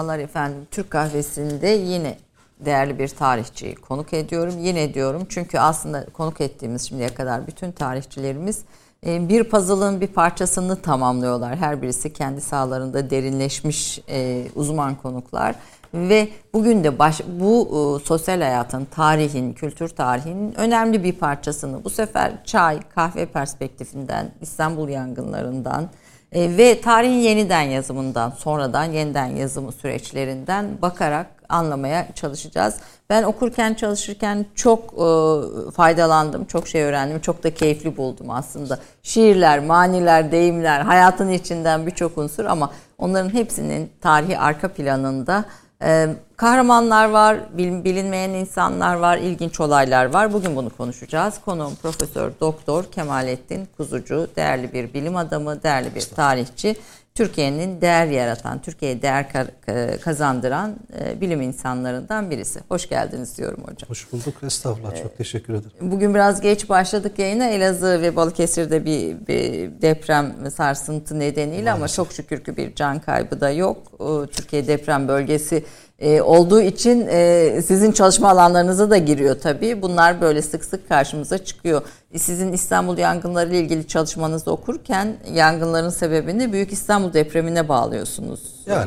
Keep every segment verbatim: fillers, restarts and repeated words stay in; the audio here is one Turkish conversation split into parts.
Merhabalar efendim. Türk Kahvesi'nde yine değerli bir tarihçiyi konuk ediyorum. Yine diyorum çünkü aslında konuk ettiğimiz şimdiye kadar bütün tarihçilerimiz bir puzzle'ın bir parçasını tamamlıyorlar. Her birisi kendi sahalarında derinleşmiş uzman konuklar. Ve bugün de baş, bu e, sosyal hayatın, tarihin, kültür tarihinin önemli bir parçasını bu sefer çay, kahve perspektifinden, İstanbul yangınlarından e, ve tarihin yeniden yazımından, sonradan yeniden yazımı süreçlerinden bakarak anlamaya çalışacağız. Ben okurken, çalışırken çok e, faydalandım, çok şey öğrendim, çok da keyifli buldum aslında. Şiirler, maniler, deyimler, hayatın içinden birçok unsur ama onların hepsinin tarihi arka planında Ee, kahramanlar var, bilinmeyen insanlar var, ilginç olaylar var. Bugün bunu konuşacağız. Konuğum Profesör Doktor Kemalettin Kuzucu, değerli bir bilim adamı, değerli bir tarihçi. Türkiye'nin değer yaratan, Türkiye'ye değer kazandıran bilim insanlarından birisi. Hoş geldiniz diyorum hocam. Hoş bulduk. Estağfurullah. Çok teşekkür ederim. Bugün biraz geç başladık yayına. Elazığ ve Balıkesir'de bir, bir deprem sarsıntı nedeniyle Maalesef. Ama çok şükür ki bir can kaybı da yok. Türkiye deprem bölgesi olduğu için sizin çalışma alanlarınıza da giriyor tabii. Bunlar böyle sık sık karşımıza çıkıyor. Sizin İstanbul yangınları ile ilgili çalışmanızı okurken yangınların sebebini Büyük İstanbul depremine bağlıyorsunuz. Yani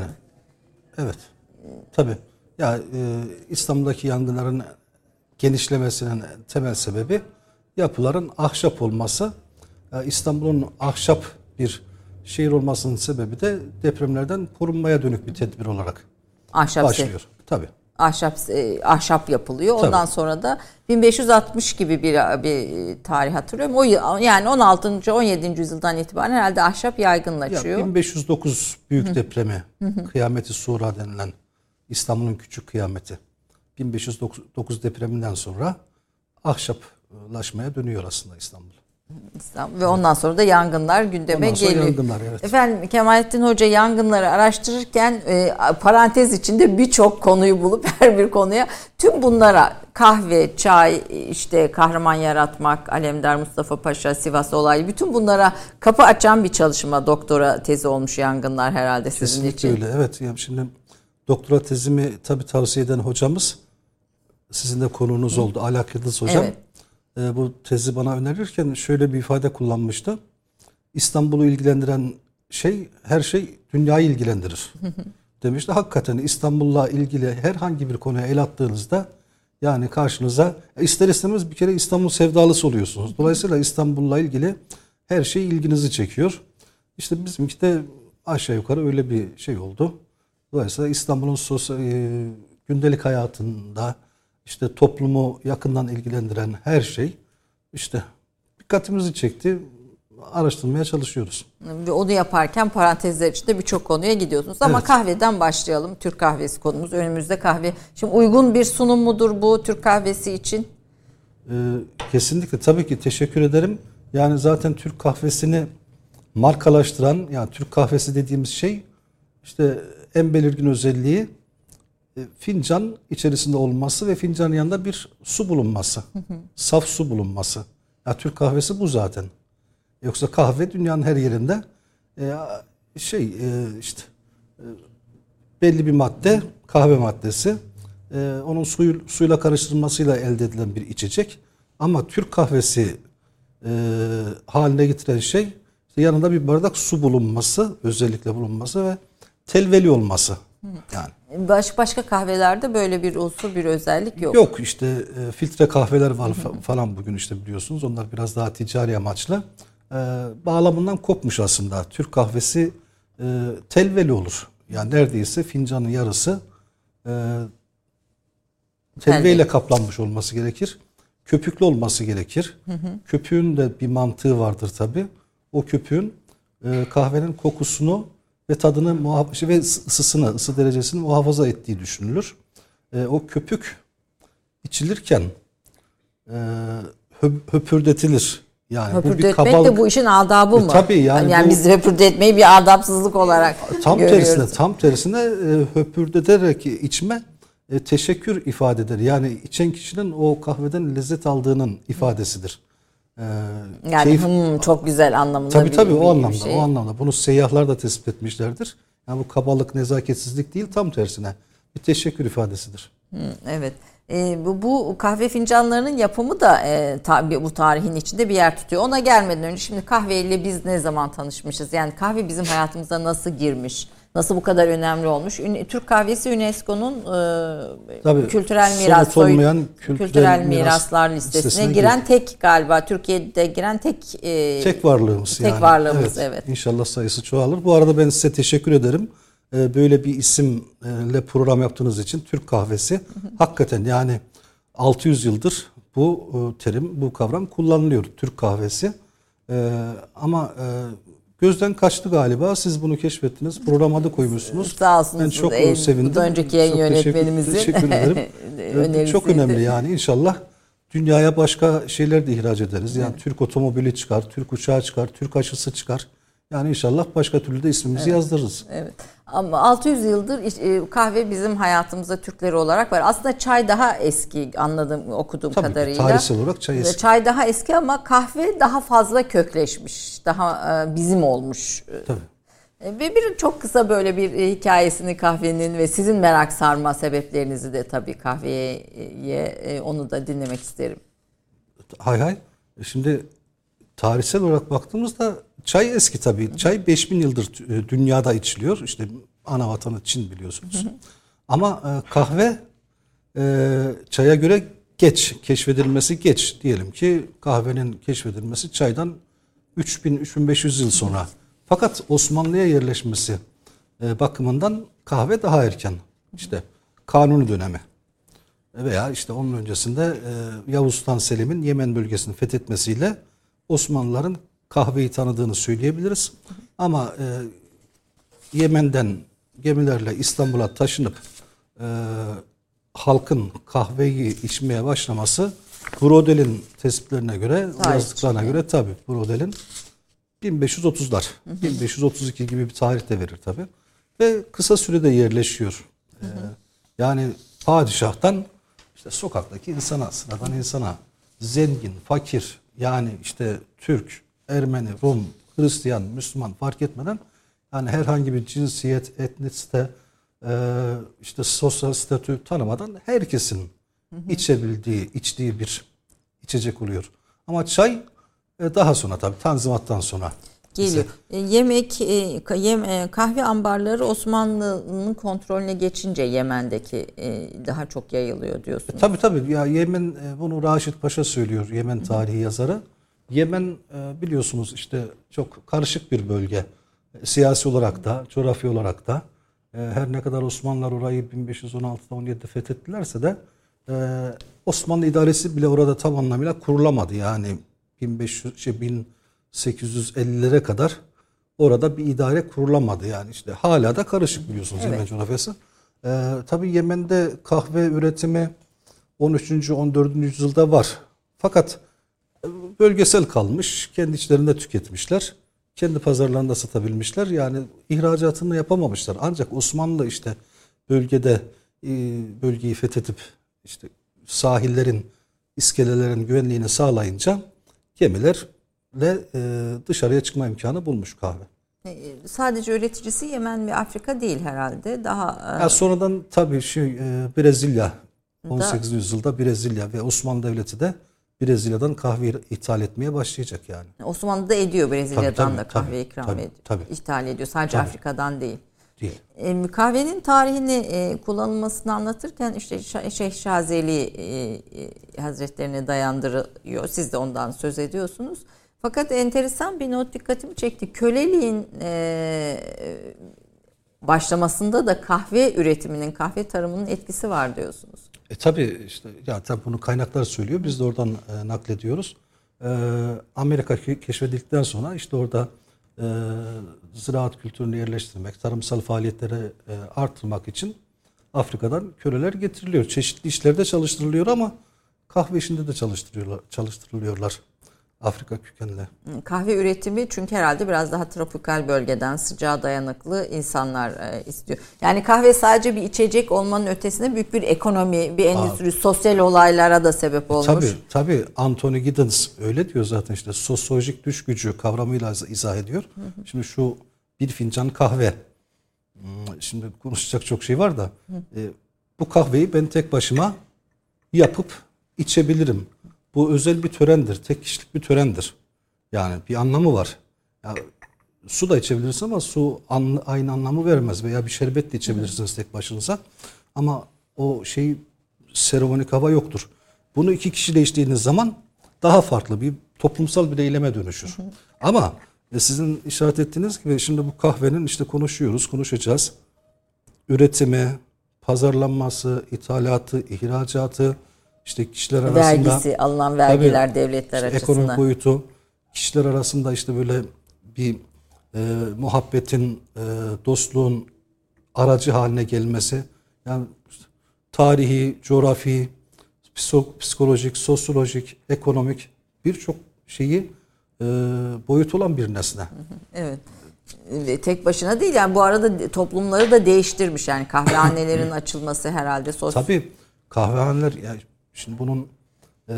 evet tabii. Ya e, İstanbul'daki yangınların genişlemesinin temel sebebi yapıların ahşap olması. E, İstanbul'un ahşap bir şehir olmasının sebebi de depremlerden korunmaya dönük bir tedbir olarak ahşap başlıyor. Se- tabii. Ahşap ahşap yapılıyor. Ondan Tabii. sonra da bin beş yüz altmış gibi bir bir tarih hatırlıyorum. O yani on altıncı on yedinci yüzyıldan itibaren herhalde ahşap yaygınlaşıyor. Ya bin beş yüz dokuz büyük depremi, Kıyameti Suğra denilen İstanbul'un küçük kıyameti. bin beş yüz dokuz depreminden sonra ahşaplaşmaya dönüyor aslında İstanbul. İstanbul. Ve ondan sonra da yangınlar gündeme ondan sonra geliyor. Yangınlar, evet. Efendim Kemalettin Hoca yangınları araştırırken e, parantez içinde birçok konuyu bulup her bir konuya tüm bunlara kahve, çay, işte kahraman yaratmak, Alemdar Mustafa Paşa, Sivas olayı bütün bunlara kapı açan bir çalışma, doktora tezi olmuş yangınlar herhalde sizin Kesinlikle için. Kesinlikle öyle. Evet. Yani şimdi doktora tezimi tabii tavsiye eden hocamız sizin de konuğunuz Hı. oldu. Alak Yıldız hocam. Evet. Bu tezi bana önerirken şöyle bir ifade kullanmıştı. İstanbul'u ilgilendiren şey, her şey dünyayı ilgilendirir. Demişti. Hakikaten İstanbul'la ilgili herhangi bir konuya el attığınızda yani karşınıza ister istemez bir kere İstanbul sevdalısı oluyorsunuz. Dolayısıyla İstanbul'la ilgili her şey ilginizi çekiyor. İşte bizimki de aşağı yukarı öyle bir şey oldu. Dolayısıyla İstanbul'un sosyal, e, gündelik hayatında İşte toplumu yakından ilgilendiren her şey işte dikkatimizi çekti. Araştırmaya çalışıyoruz. Ve onu yaparken parantezler içinde birçok konuya gidiyorsunuz. Ama evet. Kahveden başlayalım. Türk kahvesi konumuz. Önümüzde kahve. Şimdi uygun bir sunum mudur bu Türk kahvesi için? Ee, kesinlikle. Tabii ki teşekkür ederim. Yani zaten Türk kahvesini markalaştıran, yani Türk kahvesi dediğimiz şey işte en belirgin özelliği fincan içerisinde olması ve fincanın yanında bir su bulunması. Hı hı. Saf su bulunması. Ya Türk kahvesi bu zaten. Yoksa kahve dünyanın her yerinde e, şey e, işte e, belli bir madde, kahve maddesi. E, onun suyu, suyla karıştırılmasıyla elde edilen bir içecek. Ama Türk kahvesi e, haline getiren şey işte yanında bir bardak su bulunması, özellikle bulunması ve telveli olması. Yani. Baş, başka kahvelerde böyle bir unsur, bir özellik yok. Yok işte e, filtre kahveler var falan bugün işte biliyorsunuz. Onlar biraz daha ticari amaçlı. E, bağlamından kopmuş aslında. Türk kahvesi e, telveli olur. Yani neredeyse fincanın yarısı e, telveyle kaplanmış olması gerekir. Köpüklü olması gerekir. Hı hı. Köpüğün de bir mantığı vardır tabii. O köpüğün e, kahvenin kokusunu ve tadını muhafaza ve ısısını, ısı derecesini muhafaza ettiği düşünülür. E, o köpük içilirken e, höpürdetilir. Yani höpürdetmek bu bir kabalık. De bu işin adabı mı? E, tabii yani, yani bu, biz höpürdetmeyi bir adapsızlık olarak tam görüyoruz. Tersine, tam tersine e, höpürdeterek içme e, teşekkür ifade eder. Yani içen kişinin o kahveden lezzet aldığının ifadesidir. Ee, yani keyif, hmm, çok güzel anlamında tabii, bir, tabii, bir o anlamda, şey. o anlamda. Bunu seyyahlar da tespit etmişlerdir. Yani bu kabalık, nezaketsizlik değil, tam tersine bir teşekkür ifadesidir. Hı, evet. E, bu, bu kahve fincanlarının yapımı da e, tabi bu tarihin içinde bir yer tutuyor. Ona gelmeden önce şimdi kahveyle biz ne zaman tanışmışız? Yani kahve bizim hayatımıza nasıl girmiş? Nasıl bu kadar önemli olmuş? Türk kahvesi UNESCO'nun e, Tabii, kültürel miras soy, kültürel, kültürel miras miraslar listesine, listesine giren gir. tek galiba Türkiye'de giren tek e, tek varlığımız tek yani. varlığımız evet. evet. İnşallah sayısı çoğalır. Bu arada ben size teşekkür ederim. Ee, böyle bir isimle program yaptığınız için Türk kahvesi hı hı. hakikaten yani altı yüz yıldır bu terim, bu kavram kullanılıyor. Türk kahvesi. Ee, ama e, gözden kaçtı galiba. Siz bunu keşfettiniz. Program adı koymuşsunuz. Sağ olsunuz. Ben çok en, sevindim. Bu önceki yayın çok yönetmenimizin. Teşekkür, teşekkür ederim. Çok önemli yani. İnşallah dünyaya başka şeyler de ihraç ederiz. Yani evet. Türk otomobili çıkar, Türk uçağı çıkar, Türk aşısı çıkar. Yani inşallah başka türlü de ismimizi evet. yazdırırız. Evet. Ama altı yüz yıldır kahve bizim hayatımızda Türkleri olarak var. Aslında çay daha eski anladığım, okuduğum Tabii kadarıyla. Tabii tarihsel olarak çay eski. Çay daha eski ama kahve daha fazla kökleşmiş. Daha bizim olmuş. Tabii. Ve bir çok kısa böyle bir hikayesini kahvenin ve sizin merak sarma sebeplerinizi de tabii kahveye onu da dinlemek isterim. Hay hay. Şimdi tarihsel olarak baktığımızda çay eski tabii. Çay beş bin yıldır dünyada içiliyor. İşte ana vatanı Çin biliyorsunuz. Hı hı. Ama kahve çaya göre geç. Keşfedilmesi geç. Diyelim ki kahvenin keşfedilmesi çaydan üç bin üç bin beş yüz yıl sonra. Fakat Osmanlı'ya yerleşmesi bakımından kahve daha erken. İşte Kanuni dönemi. Veya işte onun öncesinde Yavuz Sultan Selim'in Yemen bölgesini fethetmesiyle Osmanlıların kahveyi tanıdığını söyleyebiliriz. Ama e, Yemen'den gemilerle İstanbul'a taşınıp e, halkın kahveyi içmeye başlaması Brodel'in tespitlerine göre, yazdıklarına göre tabii Brodel'in bin beş yüz otuzlar, bin beş yüz otuz iki gibi bir tarih de verir tabii. Ve kısa sürede yerleşiyor. Hı hı. E, yani padişahtan işte sokaktaki insana, sıradan insana, zengin, fakir, yani işte Türk, Ermeni, Rum, Hristiyan, Müslüman fark etmeden yani herhangi bir cinsiyet, etnisite, işte sosyal statü tanımadan herkesin hı hı. içebildiği, içtiği bir içecek oluyor. Ama çay daha sonra tabii Tanzimat'tan sonra geliyor. E, yemek, e, yem, kahve ambarları Osmanlı'nın kontrolüne geçince Yemen'deki e, daha çok yayılıyor diyorsunuz. E, tabii tabii. Ya Yemen, bunu Raşit Paşa söylüyor, Yemen tarihi hı hı. yazarı. Yemen biliyorsunuz işte çok karışık bir bölge. Siyasi olarak da, coğrafi olarak da. Her ne kadar Osmanlılar orayı bin beş yüz on altıda on yedide fethettilerse de Osmanlı idaresi bile orada tam anlamıyla kurulamadı. Yani bin beş yüz şey bin sekiz yüz ellilere kadar orada bir idare kurulamadı. Yani işte hala da karışık biliyorsunuz evet. Yemen coğrafyası. Ee, tabii Yemen'de kahve üretimi on üçüncü on dördüncü yüzyılda var. Fakat bölgesel kalmış. Kendi içlerinde tüketmişler. Kendi pazarlarında satabilmişler. Yani ihracatını yapamamışlar. Ancak Osmanlı işte bölgede bölgeyi fethedip işte sahillerin, iskelelerin güvenliğini sağlayınca gemilerle dışarıya çıkma imkanı bulmuş kahve. Sadece üreticisi Yemen ve Afrika değil herhalde. Daha ya sonradan tabii şey Brezilya on sekizinci yüzyılda Brezilya ve Osmanlı Devleti de Brezilya'dan kahve ithal etmeye başlayacak yani. Osmanlı da ediyor Brezilya'dan tabii, tabii, da kahve tabii, ikram tabii, ediyor. Tabii. İthal ediyor. Sadece tabii. Afrika'dan değil. Değil. E, kahvenin tarihini e, kullanılmasını anlatırken işte Şeyh Şazeli e, e, Hazretlerine dayandırıyor. Siz de ondan söz ediyorsunuz. Fakat enteresan bir not dikkatimi çekti. Köleliğin e, başlamasında da kahve üretiminin, kahve tarımının etkisi var diyorsunuz. E tabii işte ya tabii bunu kaynaklar söylüyor. Biz de oradan e, naklediyoruz. E, Amerika keşfedildikten sonra işte orada e, ziraat kültürünü yerleştirmek, tarımsal faaliyetleri e, artırmak için Afrika'dan köleler getiriliyor. Çeşitli işlerde çalıştırılıyor ama kahve işinde de çalıştırıyorlar, çalıştırılıyorlar. Afrika kökenli. Kahve üretimi çünkü herhalde biraz daha tropikal bölgeden sıcağa dayanıklı insanlar e, istiyor. Yani kahve sadece bir içecek olmanın ötesinde büyük bir ekonomi, bir endüstri, Aa, sosyal olaylara da sebep olmuş. Tabii tabii Anthony Giddens öyle diyor zaten işte sosyolojik düş gücü kavramıyla izah ediyor. Hı hı. Şimdi şu bir fincan kahve Şimdi konuşacak çok şey var da e, bu kahveyi ben tek başıma yapıp içebilirim. Bu özel bir törendir. Tek kişilik bir törendir. Yani bir anlamı var. Ya, su da içebilirsiniz ama su an, aynı anlamı vermez. Veya bir şerbet de içebilirsiniz tek başınıza. Ama o şey seremonik hava yoktur. Bunu iki kişiyle içtiğiniz zaman daha farklı bir toplumsal bir eyleme dönüşür. Ama e, sizin işaret ettiğiniz gibi şimdi bu kahvenin işte konuşuyoruz, konuşacağız. Üretimi, pazarlanması, ithalatı, ihracatı, işte kişiler arasında vergisi, alınan vergiler tabii, devletler işte açısından. ekonomik boyutu, kişiler arasında işte böyle bir e, muhabbetin, e, dostluğun aracı haline gelmesi. Yani işte, tarihi, coğrafi, psikolojik, sosyolojik, ekonomik birçok şeyi e, boyut olan bir nesne. Evet. Tek başına değil yani bu arada toplumları da değiştirmiş yani kahvehanelerin açılması herhalde. Sosyal... Tabii kahvehaneler yani şimdi bunun e,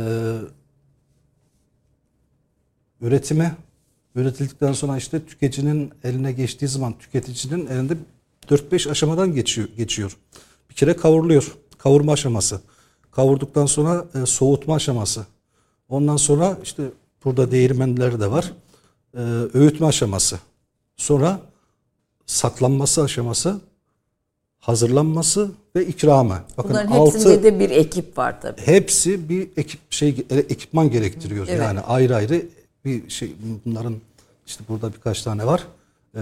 üretimi üretildikten sonra işte tüketicinin eline geçtiği zaman tüketicinin elinde dört beş aşamadan geçiyor. geçiyor. Bir kere kavruluyor. Kavurma aşaması. Kavurduktan sonra e, soğutma aşaması. Ondan sonra işte burada değirmenler de var. E, öğütme aşaması. Sonra saklanması aşaması, hazırlanması ve ikramı. Bakın bunların altı, hepsinde de bir ekip var tabii. Hepsi bir ekip şey ekipman gerektiriyor. Evet. Yani ayrı ayrı bir şey bunların işte burada birkaç tane var. Ee,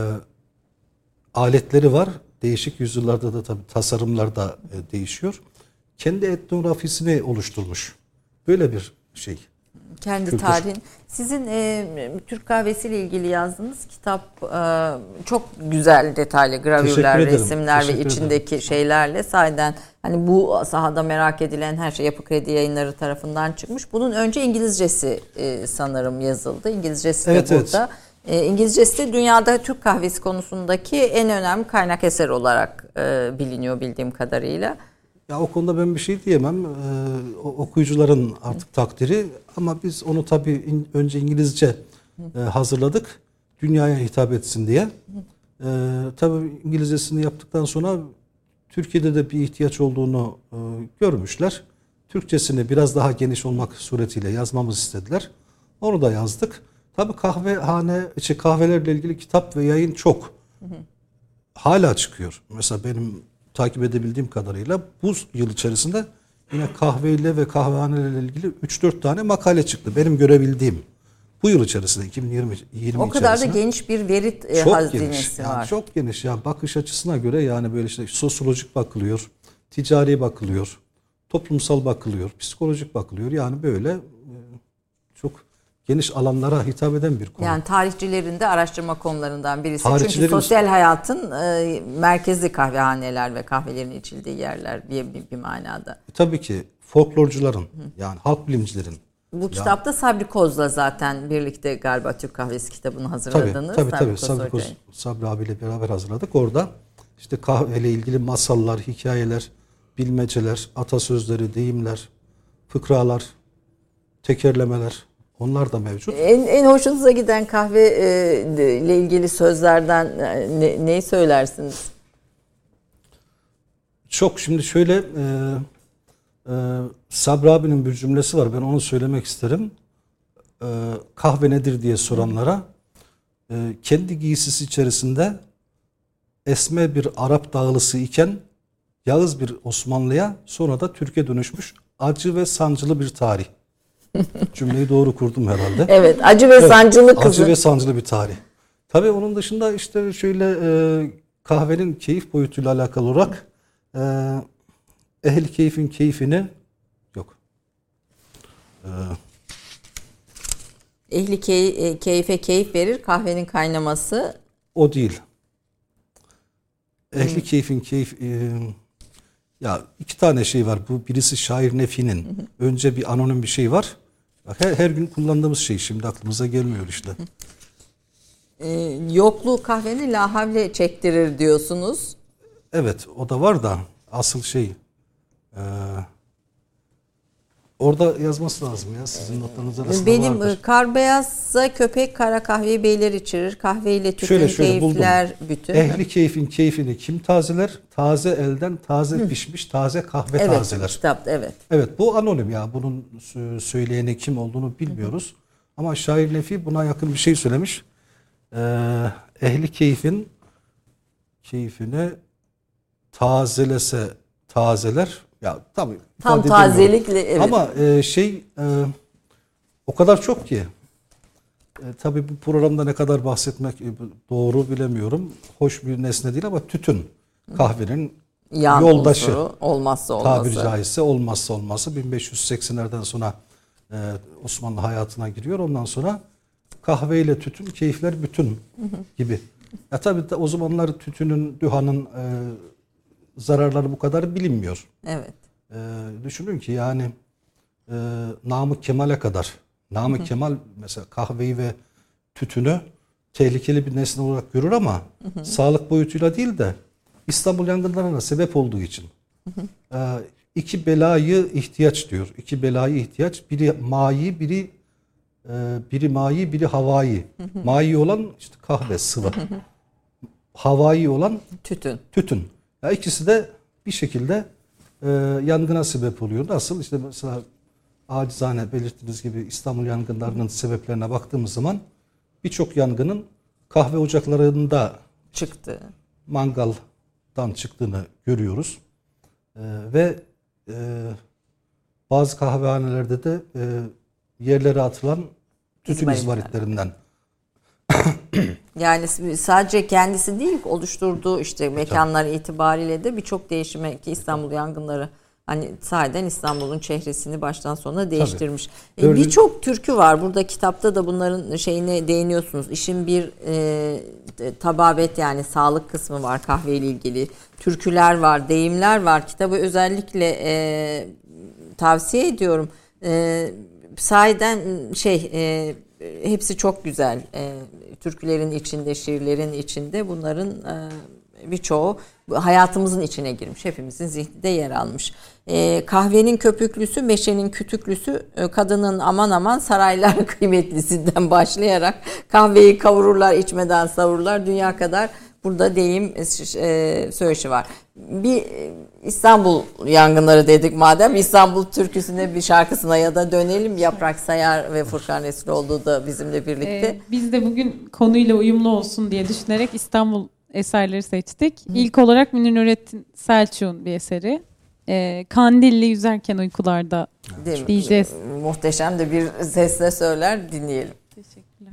aletleri var. Değişik yüzyıllarda da tabii tasarımlar da e, değişiyor. Kendi etnografisini oluşturmuş. Böyle bir şey. Kendi kültür. tarihin. Sizin e, Türk kahvesiyle ilgili yazdığınız kitap e, çok güzel detaylı gravürler, resimler ve içindeki ederim. şeylerle sahiden hani bu sahada merak edilen her şey Yapı Kredi Yayınları tarafından çıkmış. Bunun önce İngilizcesi e, sanırım yazıldı. İngilizcesi evet, de burada. Evet. E, İngilizcesi de dünyada Türk kahvesi konusundaki en önemli kaynak eser olarak e, biliniyor bildiğim kadarıyla. Ya o konuda ben bir şey diyemem. Ee, okuyucuların artık takdiri ama biz onu tabii in, önce İngilizce e, hazırladık. Dünyaya hitap etsin diye. Ee, tabii İngilizcesini yaptıktan sonra Türkiye'de de bir ihtiyaç olduğunu e, görmüşler. Türkçesini biraz daha geniş olmak suretiyle yazmamızı istediler. Onu da yazdık. Tabii kahvehane, işte kahvelerle ilgili kitap ve yayın çok. Hala çıkıyor. Mesela benim takip edebildiğim kadarıyla bu yıl içerisinde yine kahveyle ve kahvehanelerle ilgili üç dört tane makale çıktı. Benim görebildiğim bu yıl içerisinde iki bin yirmi, yirmi o kadar da geniş bir veri çok hazinesi geniş, var. yani çok geniş. Yani bakış açısına göre yani böyle işte sosyolojik bakılıyor, ticari bakılıyor, toplumsal bakılıyor, psikolojik bakılıyor. Yani böyle çok geniş alanlara hitap eden bir konu. Yani tarihçilerin de araştırma konularından birisi. Çünkü sosyal hayatın e, merkezi kahvehaneler ve kahvelerin içildiği yerler bir, bir, bir manada. E, tabii ki folklorcuların, yani halk bilimcilerin. Bu yani, kitapta Sabri Koz'la zaten birlikte galiba Türk Kahvesi kitabını hazırladınız. Tabii tabii. tabii. Sabri, Koz, Sabri abiyle beraber hazırladık. Orada işte kahveyle ilgili masallar, hikayeler, bilmeceler, atasözleri, deyimler, fıkralar, tekerlemeler, onlar da mevcut. En, en hoşunuza giden kahve e, ile ilgili sözlerden e, ne, neyi söylersiniz? Çok. Şimdi şöyle e, e, Sabri abinin bir cümlesi var. Ben onu söylemek isterim. E, kahve nedir diye soranlara e, kendi giysisi içerisinde esme bir Arap dağlısı iken Yağız bir Osmanlı'ya sonra da Türkiye dönüşmüş acı ve sancılı bir tarih. Cümleyi doğru kurdum herhalde. Evet, acı ve evet, sancılı kızı. Acı ve sancılı bir tarih. Tabii onun dışında işte şöyle e, kahvenin keyif boyutuyla alakalı olarak e, ehli keyfin keyfini yok. E, ehli key, keyfe keyif verir, kahvenin kaynaması. O değil. Ehli hmm. keyfin keyif e, ya iki tane şey var. Bu birisi Şair Nefi'nin. Hı hı. Önce bir anonim bir şey var. Her, her gün kullandığımız şey şimdi aklımıza gelmiyor işte. Ee, yokluğu kahveni la havle çektirir diyorsunuz. Evet, o da var da asıl şey e, orada yazması lazım ya. Sizin notlarınız arasında Benim vardır. kar beyazsa köpek, kara kahveyi beyler içirir. Kahveyle tütün, Şöyle, şöyle keyifler buldum. bütün. Ehli keyfin keyfini kim tazeler? Taze elden taze Hı. pişmiş taze kahve evet, tazeler. Kitap, evet. Evet, bu anonim ya. Bunun söyleyeni kim olduğunu bilmiyoruz. Hı. Ama şair Nefi buna yakın bir şey söylemiş. Ee, ehli keyfin keyfini tazelese tazeler. Ya tabii tam tazelikle, evet. Ama e, şey e, o kadar çok ki e, tabii bu programda ne kadar bahsetmek e, doğru bilemiyorum. Hoş bir nesne değil ama tütün kahvenin yan yoldaşı, olmazsa olmazı. Tabiri caizse olmazsa olmazı. bin beş yüz seksenlerden sonra e, Osmanlı hayatına giriyor. Ondan sonra kahveyle tütün keyifler bütün gibi. Ya tabii o zamanlar tütünün, dühanın e, zararları bu kadar bilinmiyor. Evet. E, düşünün ki yani e, Namık Kemal'e kadar, Namık Kemal mesela kahveyi ve tütünü tehlikeli bir nesne olarak görür ama hı hı. sağlık boyutuyla değil de İstanbul yangınlarına sebep olduğu için e, iki belayı ihtiyaç diyor. İki belayı ihtiyaç. Biri mayi, biri e, biri mayi, biri havai. Hı hı. Mayi olan işte kahve, sıvı. Hı hı. Havai olan tütün. Tütün. Ya ikisi de bir şekilde e, yangına sebep oluyor. Nasıl? İşte mesela acizane belirttiğiniz gibi İstanbul yangınlarının sebeplerine baktığımız zaman birçok yangının kahve ocaklarında çıktı. Mangaldan çıktığını görüyoruz. E, ve e, bazı kahvehanelerde de e, yerlere atılan tütün izmaritlerinden. Yani sadece kendisi değil, oluşturduğu işte mekanlar itibariyle de birçok değişime, ki İstanbul yangınları hani sahiden İstanbul'un çehresini baştan sona değiştirmiş. E, birçok türkü var. Burada kitapta da bunların şeyine değiniyorsunuz. İşin bir e, tababet yani sağlık kısmı var kahveyle ilgili. Türküler var, deyimler var. Kitabı özellikle e, tavsiye ediyorum. E, sahiden şey e, hepsi çok güzel. E, türkülerin içinde, şiirlerin içinde bunların e, birçoğu hayatımızın içine girmiş. Hepimizin zihninde yer almış. E, kahvenin köpüklüsü, meşenin kütüklüsü, e, kadının aman aman saraylar kıymetlisinden başlayarak kahveyi kavururlar, içmeden savururlar. Dünya kadar burada deyim e, söyleşi var. Bir İstanbul yangınları dedik madem, İstanbul türküsüne bir şarkısına ya da dönelim. Yaprak Sayar ve Furkan Resuloğlu da bizimle birlikte. Ee, biz de bugün konuyla uyumlu olsun diye düşünerek İstanbul eserleri seçtik. Hı. İlk olarak Münir Nurettin Selçuk'un bir eseri. Ee, Kandilli Yüzerken Uykularda Değil diyeceğiz. Mi? Muhteşem de bir sesle söyler, dinleyelim. Teşekkürler.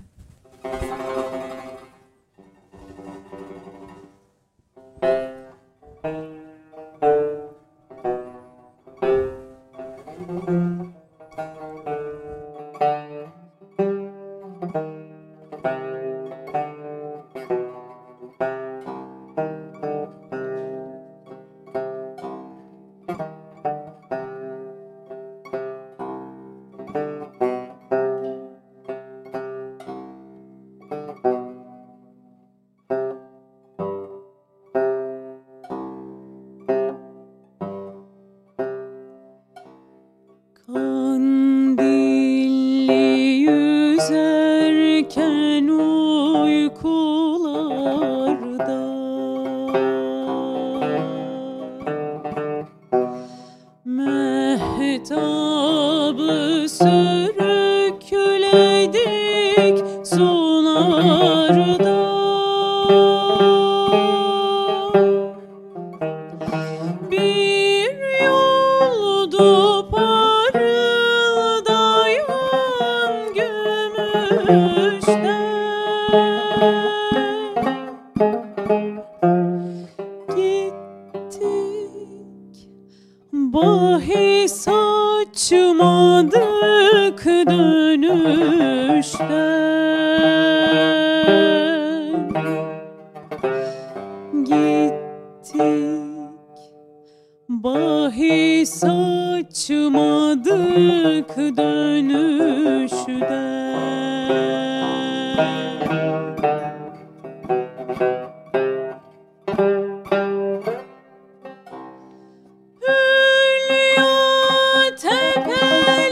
Hülya tepe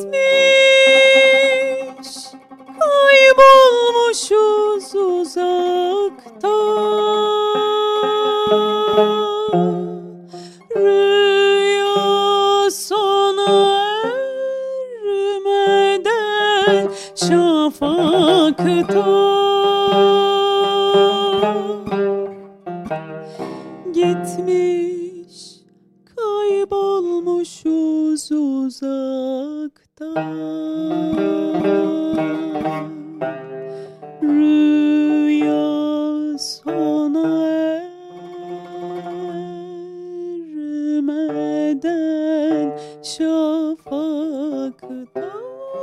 Gitmiş, kaybolmuşuz uzakta. Rüya sona ermeden şafakta. Gitmiş, kaybolmuşuz uzakta. Rüya sona ermeden şafakta.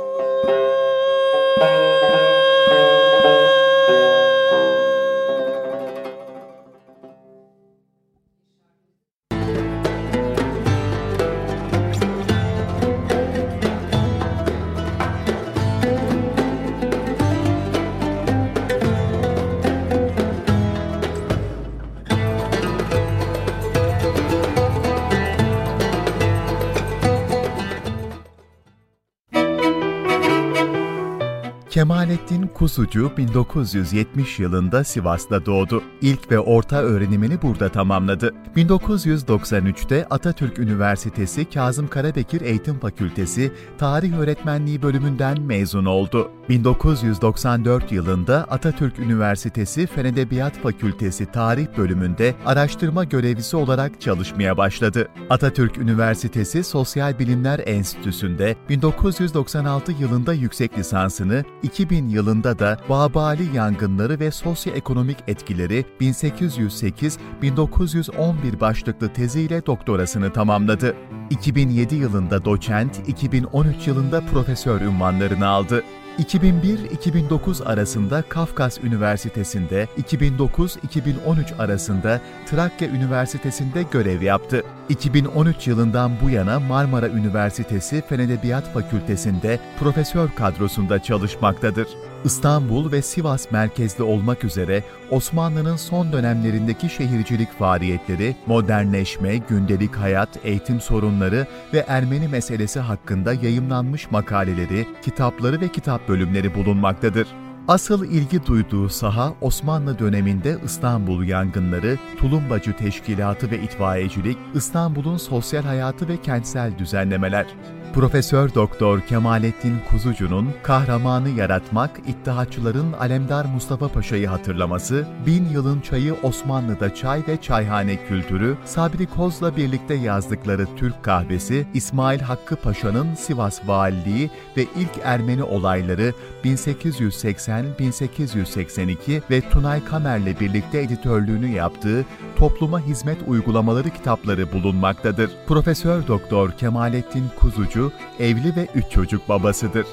Kemalettin Kuzucu bin dokuz yüz yetmiş yılında Sivas'ta doğdu. İlk ve orta öğrenimini burada tamamladı. bin dokuz yüz doksan üçte Atatürk Üniversitesi Kazım Karabekir Eğitim Fakültesi Tarih Öğretmenliği bölümünden mezun oldu. bin dokuz yüz doksan dört yılında Atatürk Üniversitesi Fen Edebiyat Fakültesi Tarih bölümünde araştırma görevlisi olarak çalışmaya başladı. Atatürk Üniversitesi Sosyal Bilimler Enstitüsü'nde bin dokuz yüz doksan altı yılında yüksek lisansını, iki bin yılında da Babali yangınları ve sosyoekonomik etkileri bin sekiz yüz sekiz bin dokuz yüz on bir başlıklı teziyle doktorasını tamamladı. iki bin yedi yılında doçent, iki bin on üç yılında profesör unvanlarını aldı. iki bin bir iki bin dokuz arasında Kafkas Üniversitesi'nde, iki bin dokuz iki bin on üç arasında Trakya Üniversitesi'nde görev yaptı. iki bin on üç yılından bu yana Marmara Üniversitesi Fen Edebiyat Fakültesi'nde profesör kadrosunda çalışmaktadır. İstanbul ve Sivas merkezli olmak üzere Osmanlı'nın son dönemlerindeki şehircilik faaliyetleri, modernleşme, gündelik hayat, eğitim sorunları ve Ermeni meselesi hakkında yayımlanmış makaleleri, kitapları ve kitap bölümleri bulunmaktadır. Asıl ilgi duyduğu saha Osmanlı döneminde İstanbul yangınları, Tulumbacı Teşkilatı ve itfaiyecilik, İstanbul'un sosyal hayatı ve kentsel düzenlemeler. Profesör Doktor Kemalettin Kuzucu'nun kahramanı yaratmak, İttihatçıların Alemdar Mustafa Paşa'yı hatırlaması, Bin Yılın Çayı Osmanlı'da Çay ve Çayhane Kültürü, Sabri Koz'la birlikte yazdıkları Türk Kahvesi, İsmail Hakkı Paşa'nın Sivas Valiliği ve ilk Ermeni olayları bin sekiz yüz seksen bin sekiz yüz seksen iki ve Tunay Kamer'le birlikte editörlüğünü yaptığı Topluma Hizmet Uygulamaları kitapları bulunmaktadır. Profesör Doktor Kemalettin Kuzucu evli ve üç çocuk babasıdır.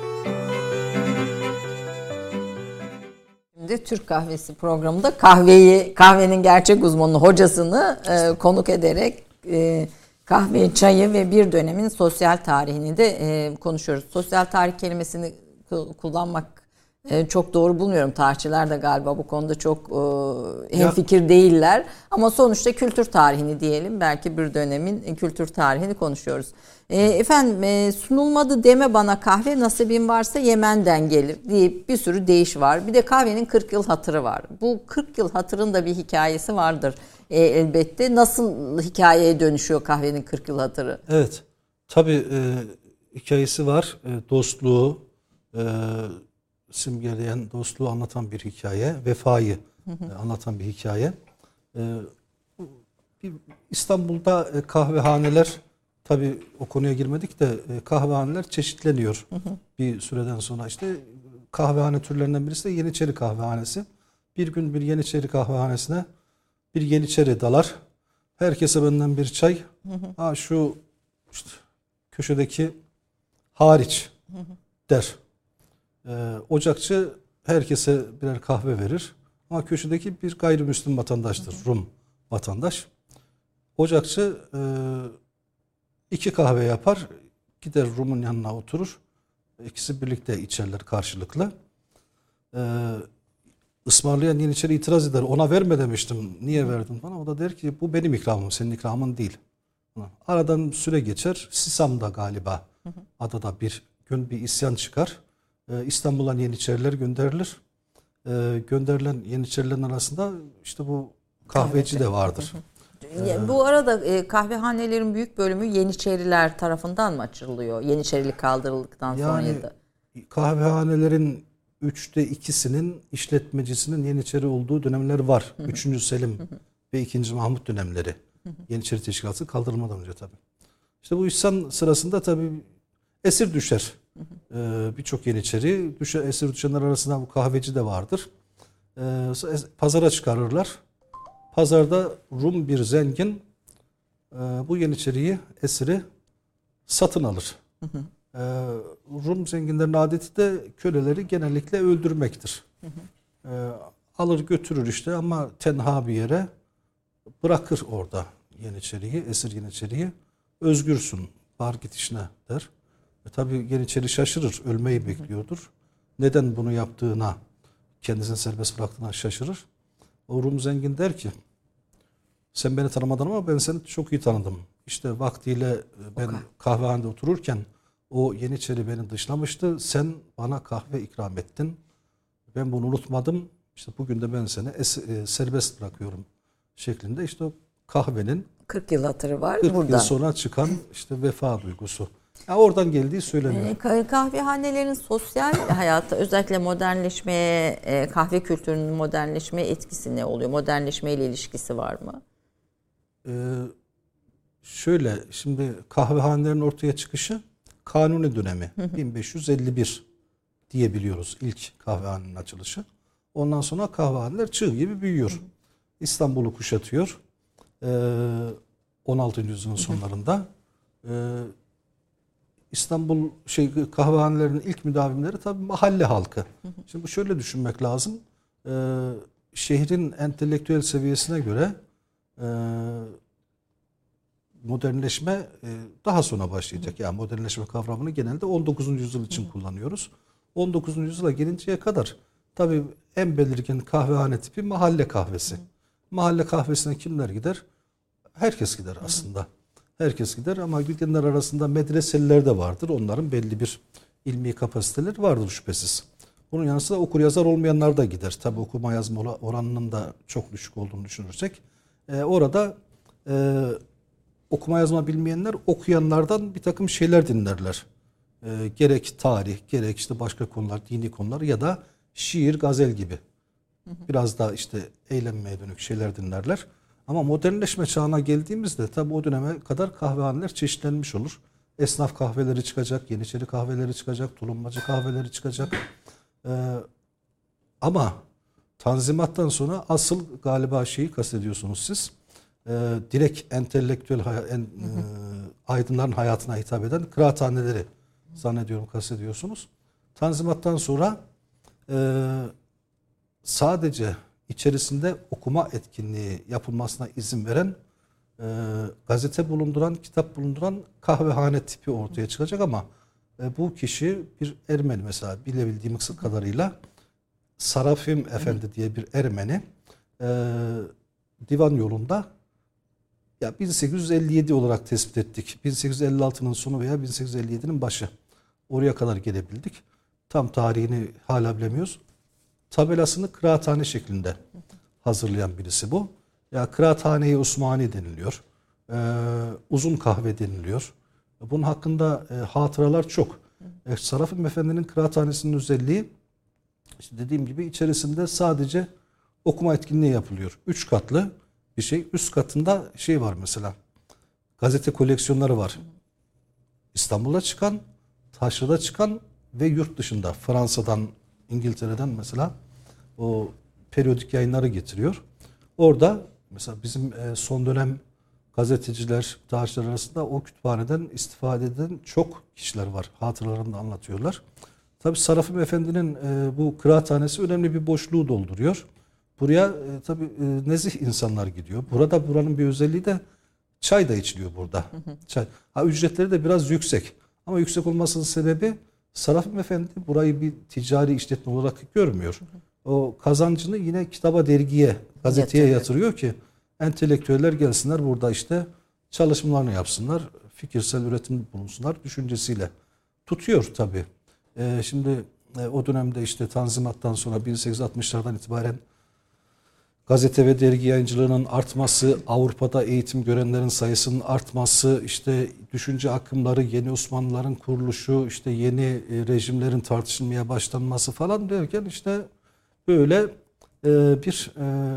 Şimdi Türk Kahvesi programında kahveyi, kahvenin gerçek uzmanı hocasını e, konuk ederek e, kahve, çayı ve bir dönemin sosyal tarihini de e, konuşuyoruz. Sosyal tarih kelimesini kullanmak e, çok doğru bulmuyorum. Tarihçiler de galiba bu konuda çok e, hemfikir değiller. Ama sonuçta kültür tarihini diyelim. Belki bir dönemin kültür tarihini konuşuyoruz. E, efendim e, sunulmadı deme bana kahve, nasibin varsa Yemen'den gelir deyip bir sürü deyiş var. Bir de kahvenin kırk yıl hatırı var. Bu kırk yıl hatırın da bir hikayesi vardır e, elbette. Nasıl hikayeye dönüşüyor kahvenin kırk yıl hatırı? Evet. Tabii e, hikayesi var. E, dostluğu e, simgeleyen, dostluğu anlatan bir hikaye. Vefayı hı hı. E, anlatan bir hikaye. E, bir, İstanbul'da e, kahvehaneler, tabii o konuya girmedik de e, kahvehaneler çeşitleniyor. Hı hı. Bir süreden sonra işte kahvehane türlerinden birisi de Yeniçeri Kahvehanesi. Bir gün bir Yeniçeri Kahvehanesi'ne bir Yeniçeri dalar. Herkese benden bir çay. Hı hı. Ha şu işte köşedeki hariç hı hı. der. Ee, ocakçı herkese birer kahve verir. Ama köşedeki bir gayrimüslim vatandaştır. Hı hı. Rum vatandaş. Ocakçı e, iki kahve yapar. Gider Rum'un yanına oturur. İkisi birlikte içerler karşılıklı. Ee, ısmarlayan Yeniçeri itiraz eder. Ona verme demiştim. Niye verdin bana? O da der ki bu benim ikramım. Senin ikramın değil. Aradan süre geçer. Sisam'da galiba Hı hı. Adada bir gün bir isyan çıkar. Ee, İstanbul'dan Yeniçeriler gönderilir. Ee, gönderilen Yeniçerilerin arasında işte bu kahveci Kahveci. de vardır. Hı hı. Ee, bu arada e, kahvehanelerin büyük bölümü Yeniçeriler tarafından mı açılıyor? Yeniçerilik kaldırıldıktan sonra Yani ya da? kahvehanelerin üçte ikisinin işletmecisinin Yeniçeri olduğu dönemler var. Hı hı. Üçüncü Selim hı hı. ve ikinci Mahmut dönemleri. Hı hı. Yeniçeri Teşkilatı kaldırılmadan önce tabii. İşte bu isyan sırasında tabii esir düşer. Hı hı. Ee, Birçok Yeniçeri düşer, esir düşenler arasında bu kahveci de vardır. Ee, pazara çıkarırlar. Pazarda Rum bir zengin e, bu Yeniçeriyi, esiri satın alır. Hı hı. Ee, Rum zenginlerin adeti de köleleri genellikle öldürmektir. Hı hı. Ee, alır götürür işte ama tenha bir yere bırakır orada Yeniçeriyi, esir Yeniçeriyi. Özgürsün, var git işine der. E, tabii Yeniçeri şaşırır, ölmeyi bekliyordur. Neden bunu yaptığına, kendisini serbest bıraktığına şaşırır. O Rum zengin der ki, sen beni tanımadın ama ben seni çok iyi tanıdım. İşte vaktiyle ben okay. kahvehanede otururken o Yeniçeri beni dışlamıştı. Sen bana kahve ikram ettin. Ben bunu unutmadım. İşte bugün de ben seni es- e, serbest bırakıyorum şeklinde işte o kahvenin kırk yıl hatırı var kırk burada. yıl sonra çıkan işte vefa duygusu. Yani oradan geldiği söyleniyor. E, kahvehanelerin sosyal hayata özellikle modernleşmeye, e, kahve kültürünün modernleşmeye etkisi ne oluyor? Modernleşmeyle ilişkisi var mı? Ee, şöyle şimdi kahvehanelerin ortaya çıkışı Kanuni dönemi bin beş yüz elli bir diyebiliyoruz ilk kahvehanenin açılışı. Ondan sonra kahvehaneler çığ gibi büyüyor. Hı hı. İstanbul'u kuşatıyor. Ee, on altıncı yüzyılın sonlarında. Ee, İstanbul şey kahvehanelerin ilk müdavimleri tabii mahalle halkı. Hı hı. Şimdi bu şöyle düşünmek lazım. Ee, şehrin entelektüel seviyesine göre e, modernleşme e, daha sonra başlayacak. Yani modernleşme kavramını genelde on dokuzuncu yüzyıl için hı hı. kullanıyoruz. on dokuzuncu yüzyıla gelinceye kadar tabii en belirgin kahvehane tipi mahalle kahvesi. Hı hı. Mahalle kahvesine kimler gider? Herkes gider aslında. Hı hı. Herkes gider ama gidenler arasında medreseliler de vardır. Onların belli bir ilmi kapasiteleri vardır şüphesiz. Bunun yanı sıra okur yazar olmayanlar da gider. Tabii okuma yazma oranının da çok düşük olduğunu düşünürsek. Ee, orada e, okuma yazma bilmeyenler okuyanlardan bir takım şeyler dinlerler. Ee, gerek tarih, gerek işte başka konular, dini konular ya da şiir, gazel gibi. Biraz daha işte eğlenmeye dönük şeyler dinlerler. Ama modernleşme çağına geldiğimizde tabii o döneme kadar kahvehaneler çeşitlenmiş olur. Esnaf kahveleri çıkacak, Yeniçeri kahveleri çıkacak, tulumbacı kahveleri çıkacak. Ee, ama Tanzimat'tan sonra asıl galiba şeyi kastediyorsunuz siz. Ee, direkt entelektüel en, e, aydınların hayatına hitap eden kıraathaneleri zannediyorum kastediyorsunuz. Tanzimat'tan sonra e, sadece içerisinde okuma etkinliği yapılmasına izin veren, e, gazete bulunduran, kitap bulunduran kahvehane tipi ortaya çıkacak ama e, bu kişi bir Ermeni mesela bilebildiğim kadarıyla Sarafim Efendi diye bir Ermeni e, divan yolunda ya bin sekiz yüz elli yedi olarak tespit ettik. bin sekiz yüz elli altının sonu veya bin sekiz yüz elli yedinin başı. Oraya kadar gelebildik. Tam tarihini hala bilemiyoruz. Tabelasını kıraathane şeklinde hazırlayan birisi bu. Ya kıraathane-i Osmani deniliyor. Ee, uzun kahve deniliyor. Bunun hakkında e, hatıralar çok. E, Sarafim Efendi'nin kıraathanesinin özelliği işte dediğim gibi içerisinde sadece okuma etkinliği yapılıyor. Üç katlı bir şey. Üst katında şey var mesela. Gazete koleksiyonları var. İstanbul'da çıkan, Taşra'da çıkan ve yurt dışında Fransa'dan, İngiltere'den mesela o periyodik yayınları getiriyor. Orada mesela bizim son dönem gazeteciler, tarihçiler arasında o kütüphaneden istifade eden çok kişiler var. Hatıralarını anlatıyorlar. Tabii Sarafim Efendi'nin bu kıraathanesi önemli bir boşluğu dolduruyor. Buraya tabii nezih insanlar gidiyor. Burada buranın bir özelliği de çay da içiliyor burada. Çay. Ha, ücretleri de biraz yüksek. Ama yüksek olmasının sebebi Sarafim Efendi burayı bir ticari işletme olarak görmüyor. O kazancını yine kitaba, dergiye, gazeteye yatırıyor ki entelektüeller gelsinler burada işte çalışmalarını yapsınlar, fikirsel üretimde bulunsunlar düşüncesiyle. Tutuyor tabii. E, şimdi e, o dönemde işte Tanzimat'tan sonra bin sekiz yüz altmışlardan itibaren gazete ve dergi yayıncılığının artması, Avrupa'da eğitim görenlerin sayısının artması, işte düşünce akımları, yeni Osmanlıların kuruluşu, işte yeni e, rejimlerin tartışılmaya başlanması falan derken işte böyle e, bir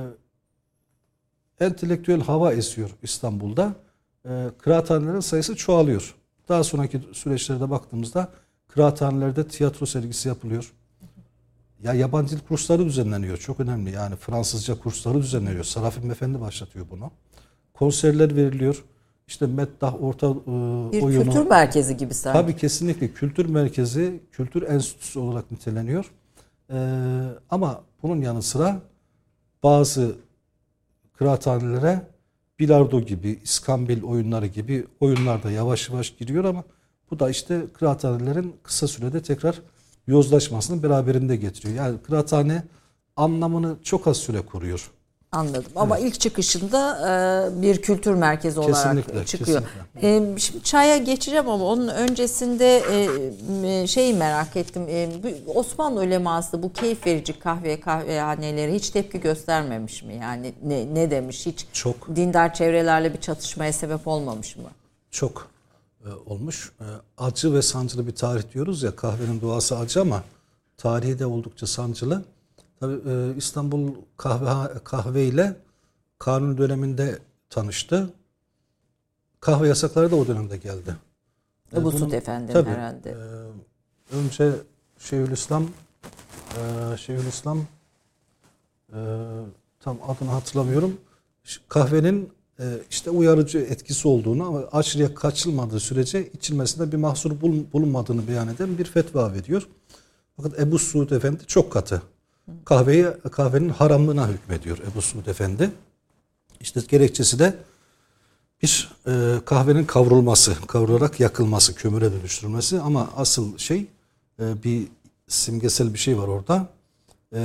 e, entelektüel hava esiyor İstanbul'da. E, kıraathanelerin sayısı çoğalıyor. Daha sonraki süreçlerde baktığımızda kıraathanelerde tiyatro sergisi yapılıyor. Ya yabancı dil kursları düzenleniyor. Çok önemli. Yani Fransızca kursları düzenleniyor. Sarafim Efendi başlatıyor bunu. Konserler veriliyor. İşte meddah, orta e, bir oyunu. kültür merkezi gibi sanki. Tabii kesinlikle kültür merkezi, kültür enstitüsü olarak niteleniyor. Ee, ama bunun yanı sıra bazı kıraathanelere bilardo gibi, iskambil oyunları gibi oyunlar da yavaş yavaş giriyor ama bu da işte kıraathanelerin kısa sürede tekrar yozlaşmasını beraberinde getiriyor. Yani kıraathane anlamını çok az süre koruyor. Anladım. Ama evet. ilk çıkışında e, bir kültür merkezi olarak kesinlikle, çıkıyor. Kesinlikle. E, şimdi çaya geçeceğim ama onun öncesinde e, şeyi merak ettim. E, Osmanlı uleması bu keyif verici kahve kahvehaneleri hiç tepki göstermemiş mi? Yani ne, ne demiş? Hiç çok dindar çevrelerle bir çatışmaya sebep olmamış mı? Çok e, olmuş. E, acı ve sancılı bir tarih diyoruz ya, kahvenin doğası acı ama tarihi de oldukça sancılı. Tabii e, İstanbul kahve kahve ile Kanuni döneminde tanıştı. Kahve yasakları da o dönemde geldi. Ebu Suud Efendi'nin herhalde. E, önce Şeyhülislam e, Şeyhülislam e, tam adını hatırlamıyorum. Kahvenin e, işte uyarıcı etkisi olduğunu ama aşırıya kaçılmadığı sürece içilmesinde bir mahsur bulunmadığını beyan eden bir fetva veriyor. Fakat Ebu Suud Efendi çok katı. Kahveyi, kahvenin haramlığına hükmediyor Ebu Suud Efendi. İşte gerekçesi de bir e, kahvenin kavrulması, kavrularak yakılması, kömüre dönüştürülmesi ama asıl şey e, bir simgesel bir şey var orada. E,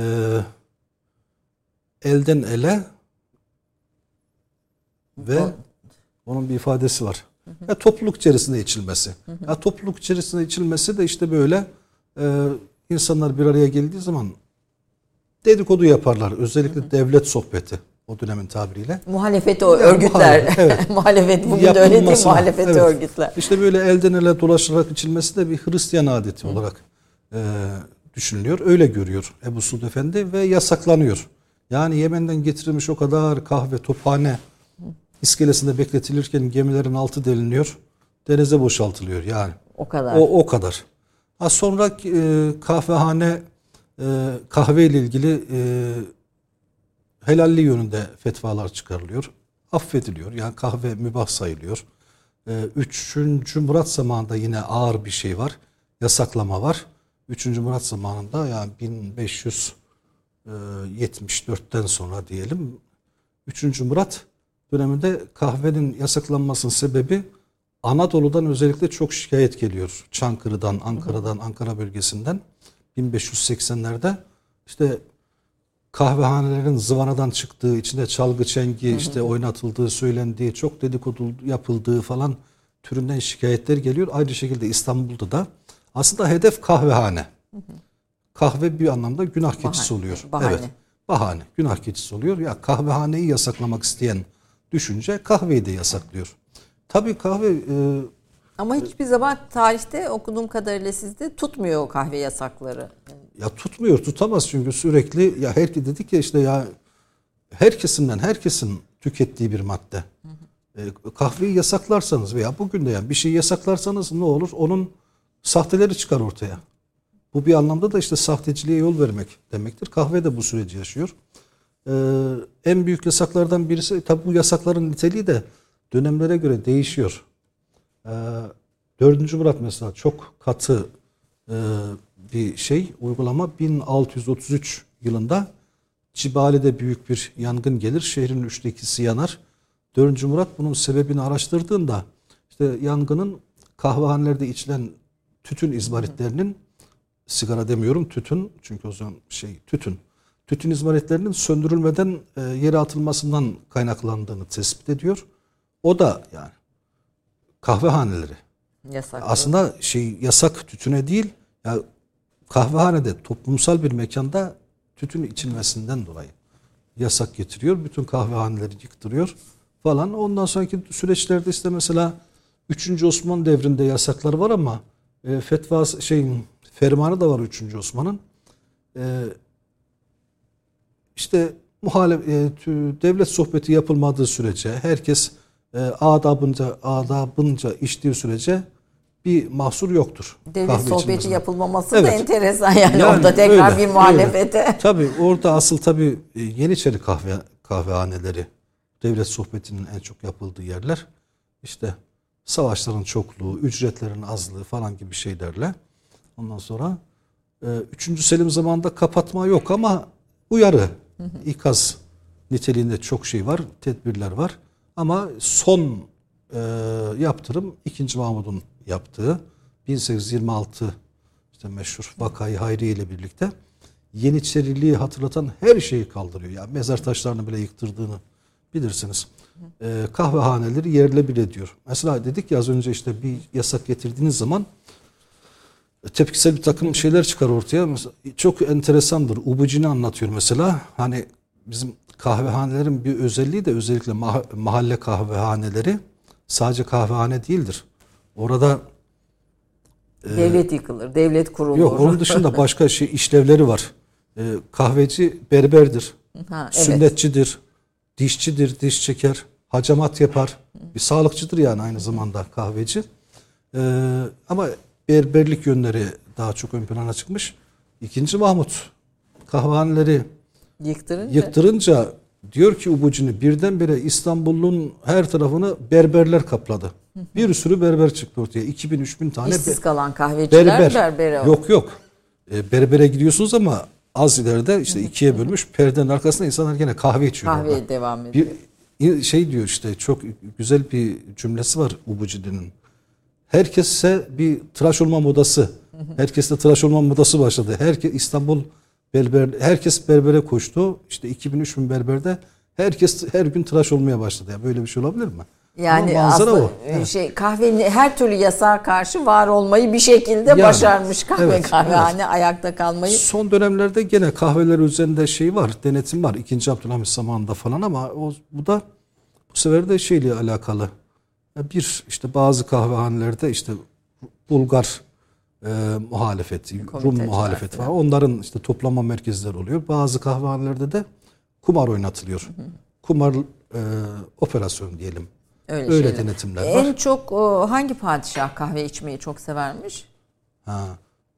elden ele ve onun bir ifadesi var. Ya topluluk içerisinde içilmesi. Ya topluluk içerisinde içilmesi de işte böyle e, insanlar bir araya geldiği zaman dedikodu yaparlar. Özellikle hı hı. devlet sohbeti o dönemin tabiriyle. Muhalefeti o yani örgütler. Muhalefet, evet. Muhalefet bugün de öyle değil, muhalefeti evet. örgütler. İşte böyle elden ele dolaşarak içilmesi de bir Hristiyan adeti hı. olarak e, düşünülüyor. Öyle görüyor Ebu Suud Efendi ve yasaklanıyor. Yani Yemen'den getirilmiş o kadar kahve, tophane iskelesinde bekletilirken gemilerin altı deliniyor. Denize boşaltılıyor yani. O kadar. O, o kadar. Ha, sonra e, kahvehane e, kahve ile ilgili e, helalli yönünde fetvalar çıkarılıyor. Affediliyor. Yani kahve mübah sayılıyor. E, Üçüncü Murat zamanında yine ağır bir şey var. Yasaklama var. Üçüncü Murat zamanında yani bin beş yüz yetmiş dörtten sonra diyelim. Üçüncü Murat döneminde kahvenin yasaklanmasının sebebi Anadolu'dan özellikle çok şikayet geliyor. Çankırı'dan, Ankara'dan, Ankara bölgesinden bin beş yüz seksenlerde işte kahvehanelerin zıvanadan çıktığı, içinde çalgı çengi hı hı. işte oynatıldığı söylendiği, çok dedikodu yapıldığı falan türünden şikayetler geliyor. Aynı şekilde İstanbul'da da aslında hedef kahvehane. Hı hı. Kahve bir anlamda günah bahane, keçisi oluyor. Bahane. Evet. Bahane, günah keçisi oluyor. Ya kahvehaneyi yasaklamak isteyen düşünce kahveyi de yasaklıyor. Tabii kahve e, ama hiçbir zaman tarihte okuduğum kadarıyla sizde tutmuyor o kahve yasakları. Ya tutmuyor, tutamaz çünkü sürekli ya herkes dedik ya işte ya her kesimden herkesin tükettiği bir madde. Hı hı. E, kahveyi yasaklarsanız veya bugün de yani bir şey yasaklarsanız ne olur? Onun sahteleri çıkar ortaya. Bu bir anlamda da işte sahteciliğe yol vermek demektir. Kahve de bu süreci yaşıyor. Ee, en büyük yasaklardan birisi, tabi bu yasakların niteliği de dönemlere göre değişiyor. Ee, Dördüncü Murat mesela çok katı e, bir şey, uygulama. bin altı yüz otuz üç yılında Cibali'de büyük bir yangın gelir. Şehrin üçte ikisi yanar. Dördüncü Murat bunun sebebini araştırdığında işte yangının kahvehanelerde içilen tütün izmaritlerinin, sigara demiyorum, tütün, çünkü o zaman şey tütün. Tütün izmaritlerinin söndürülmeden e, yere atılmasından kaynaklandığını tespit ediyor. O da yani kahvehaneleri. Yasak. Aslında şey yasak tütüne değil, ya kahvehanede toplumsal bir mekanda tütün içilmesinden dolayı yasak getiriyor. Bütün kahvehaneleri yıktırıyor falan. Ondan sonraki süreçlerde işte mesela üçüncü Osman devrinde yasaklar var ama e, fetva şey fermanı da var üçüncü Osman'ın. E, işte muhalef e, devlet sohbeti yapılmadığı sürece, herkes e, adabınca adabınca içtiği sürece bir mahsur yoktur. Devlet sohbeti yapılmaması evet. da enteresan yani, yani orada tekrar öyle, bir muhalefete. Öyle. Tabii orada asıl tabii Yeniçeri kahve kahvehaneleri devlet sohbetinin en çok yapıldığı yerler. İşte savaşların çokluğu, ücretlerin azlığı falan gibi şeylerle. Ondan sonra üçüncü Selim zamanında kapatma yok ama uyarı, ikaz niteliğinde çok şey var, tedbirler var. Ama son e, yaptırım ikinci Mahmud'un yaptığı bin sekiz yüz yirmi altı işte meşhur Vakayı Hayriye ile birlikte Yeniçeriliği hatırlatan her şeyi kaldırıyor. Yani mezar taşlarını bile yıktırdığını bilirsiniz. E, kahvehaneleri yerle bir ediyor. Mesela dedik ya az önce işte bir yasak getirdiğiniz zaman tepkisel bir takım şeyler çıkar ortaya. Mesela çok enteresandır. Ubucini anlatıyor mesela. Hani bizim kahvehanelerin bir özelliği de özellikle mahalle kahvehaneleri sadece kahvehane değildir. Orada devlet e, yıkılır, devlet kurulur. Yok, onun dışında başka şey işlevleri var. E, kahveci berberdir, ha, evet. sünnetçidir, dişçidir, diş çeker, hacamat yapar. Bir sağlıkçıdır yani aynı zamanda kahveci. E, ama berberlik yönleri daha çok ön plana çıkmış. İkinci Mahmut kahvehaneleri yıktırınca, yıktırınca diyor ki Ubucini birdenbire İstanbul'un her tarafını berberler kapladı. Hı hı. Bir sürü berber çıktı ortaya. iki bin üç bin tane İşsiz kalan kahveciler berber. berbere oldu. Yok yok. E, berbere gidiyorsunuz ama az ileride işte ikiye bölmüş. Perdenin arkasında insanlar yine kahve içiyor. Kahveye orada devam ediyor. Bir şey diyor işte çok güzel bir cümlesi var Ubucini'nin. Herkese bir tıraş olma modası. Herkeste tıraş olma modası başladı. Herkes İstanbul berber, herkes berbere koştu. İşte iki bin üç bin berberde herkes her gün tıraş olmaya başladı. Yani böyle bir şey olabilir mi? Yani aslında şey kahvenin her türlü yasağa karşı var olmayı bir şekilde yani, başarmış kahve evet, kahvehane evet. ayakta kalmayı. Son dönemlerde gene kahveler üzerinde şey var, denetim var. İkinci Abdülhamit zamanında falan ama o bu da bu sefer de şeyle alakalı. Bir işte bazı kahvehanelerde işte Bulgar e, muhalefeti, Rum muhalefeti var. Onların işte toplama merkezleri oluyor. Bazı kahvehanelerde de kumar oynatılıyor. Hı hı. Kumar e, operasyon diyelim. Öyle, Öyle denetimler var. En çok o, hangi padişah kahve içmeyi çok severmiş? Ha.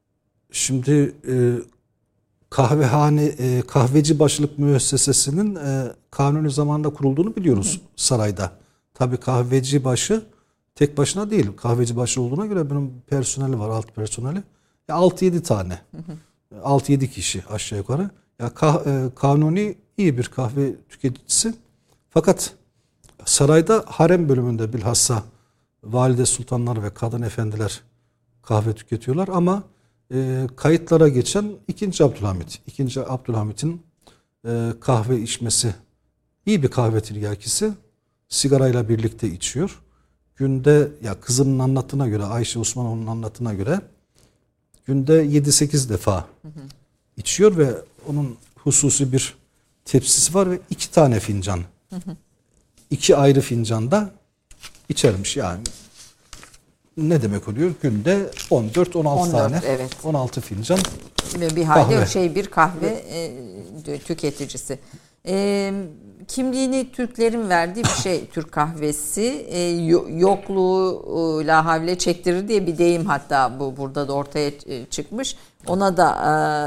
Şimdi e, kahvehane e, kahveci başlık müessesesinin e, kanuni zamanında kurulduğunu biliyoruz hı hı. sarayda. Tabii kahveci başı tek başına değil. Kahveci başı olduğuna göre bunun personeli var, alt personeli. Ya altı yedi tane. Hı hı. altı yedi kişi aşağı yukarı. Ya kah, e, kanuni iyi bir kahve tüketicisi. Fakat sarayda harem bölümünde bilhassa valide sultanlar ve kadın efendiler kahve tüketiyorlar ama e, kayıtlara geçen ikinci Abdülhamit. ikinci Abdülhamit'in e, kahve içmesi iyi bir kahve tiryakisi. Sigarayla birlikte içiyor. Günde ya kızının anlattığına göre Ayşe Osmanoğlu'nun anlattığına göre günde yedi sekiz defa hı hı. içiyor ve onun hususi bir tepsisi var ve iki tane fincan. Hı hı. İki ayrı fincanda içermiş yani. Ne demek oluyor? Günde on dört on altı tane. Evet. on altı fincan. Ve bir halde şey bir kahve e, tüketicisi. E, kimliğini Türklerin verdiği bir şey Türk kahvesi. E, yokluğu la havle çektirir diye bir deyim hatta bu burada da ortaya çıkmış. Ona da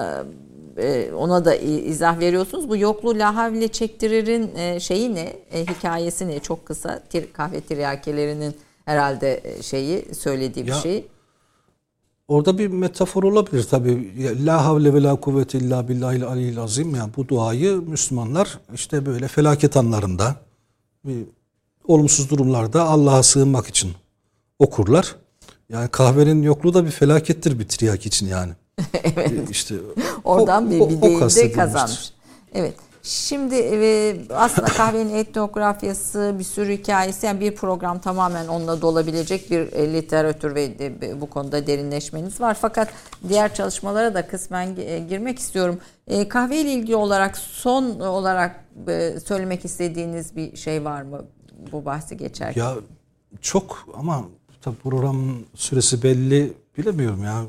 e, ona da izah veriyorsunuz. Bu yokluğu la havle çektiririn e, şeyi ne? E, hikayesi ne? Çok kısa. Tir, kahve tiryakelerinin herhalde şeyi söylediği bir ya, şey. Orada bir metafor olabilir tabii. La havle ve la kuvvete illa billahil aliyyil azim. Yani bu duayı Müslümanlar işte böyle felaket anlarında, bir olumsuz durumlarda Allah'a sığınmak için okurlar. Yani kahvenin yokluğu da bir felakettir bir tiryak için yani. Evet. İşte oradan o, bir, bir deyim de kazanmış. Evet. Şimdi e, aslında kahvenin etnografyası, bir sürü hikayesi, yani bir program tamamen onunla dolabilecek bir e, literatür ve e, bu konuda derinleşmeniz var. Fakat diğer çalışmalara da kısmen e, girmek istiyorum. E, kahve ile ilgili olarak son olarak e, söylemek istediğiniz bir şey var mı bu bahsi geçerken? Ya çok, ama tabii programın süresi belli, bilemiyorum ya.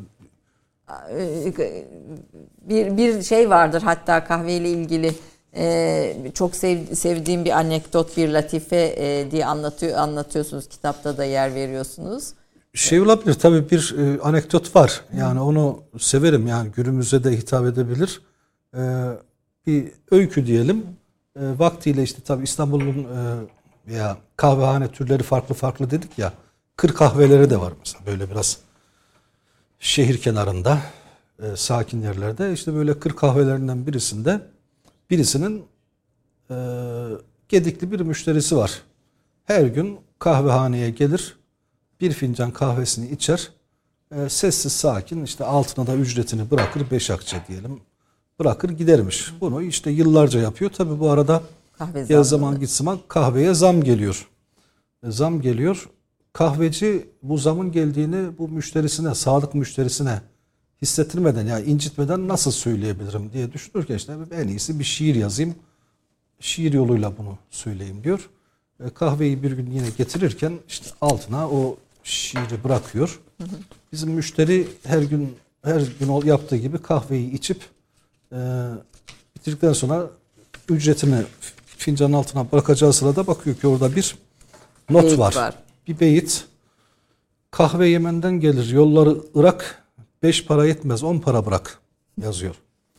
Bir bir şey vardır hatta kahveyle ilgili. Ee, çok sev, sevdiğim bir anekdot, bir latife e, diye anlatıyor anlatıyorsunuz, kitapta da yer veriyorsunuz. Şey olabilir tabii, bir e, anekdot var. Yani Hı. onu severim, yani günümüze de hitap edebilir. E, bir öykü diyelim. E, vaktiyle işte tabii İstanbul'un e, ya kahvehane türleri farklı farklı dedik ya. Kır kahveleri de var mesela, böyle biraz şehir kenarında e, sakin yerlerde. İşte böyle kır kahvelerinden birisinde birisinin e, gedikli bir müşterisi var. Her gün kahvehaneye gelir, bir fincan kahvesini içer, e, sessiz sakin, işte altına da ücretini bırakır, beş akçe diyelim, bırakır gidermiş. Bunu işte yıllarca yapıyor. Tabii bu arada gel zaman git zaman kahveye zam geliyor. E, zam geliyor. Kahveci bu zamın geldiğini bu müşterisine, sadık müşterisine hissettirmeden, yani incitmeden nasıl söyleyebilirim diye düşünürken işte en iyisi bir şiir yazayım, şiir yoluyla bunu söyleyeyim diyor. E, kahveyi bir gün yine getirirken işte altına o şiiri bırakıyor. Hı hı. Bizim müşteri her gün her gün yaptığı gibi kahveyi içip e, bitirdikten sonra ücretini fincanın altına bırakacağı sırada bakıyor ki orada bir not beyit var. var. Bir beyit. Kahve Yemen'den gelir, yolları Irak, beş para yetmez, on para bırak yazıyor.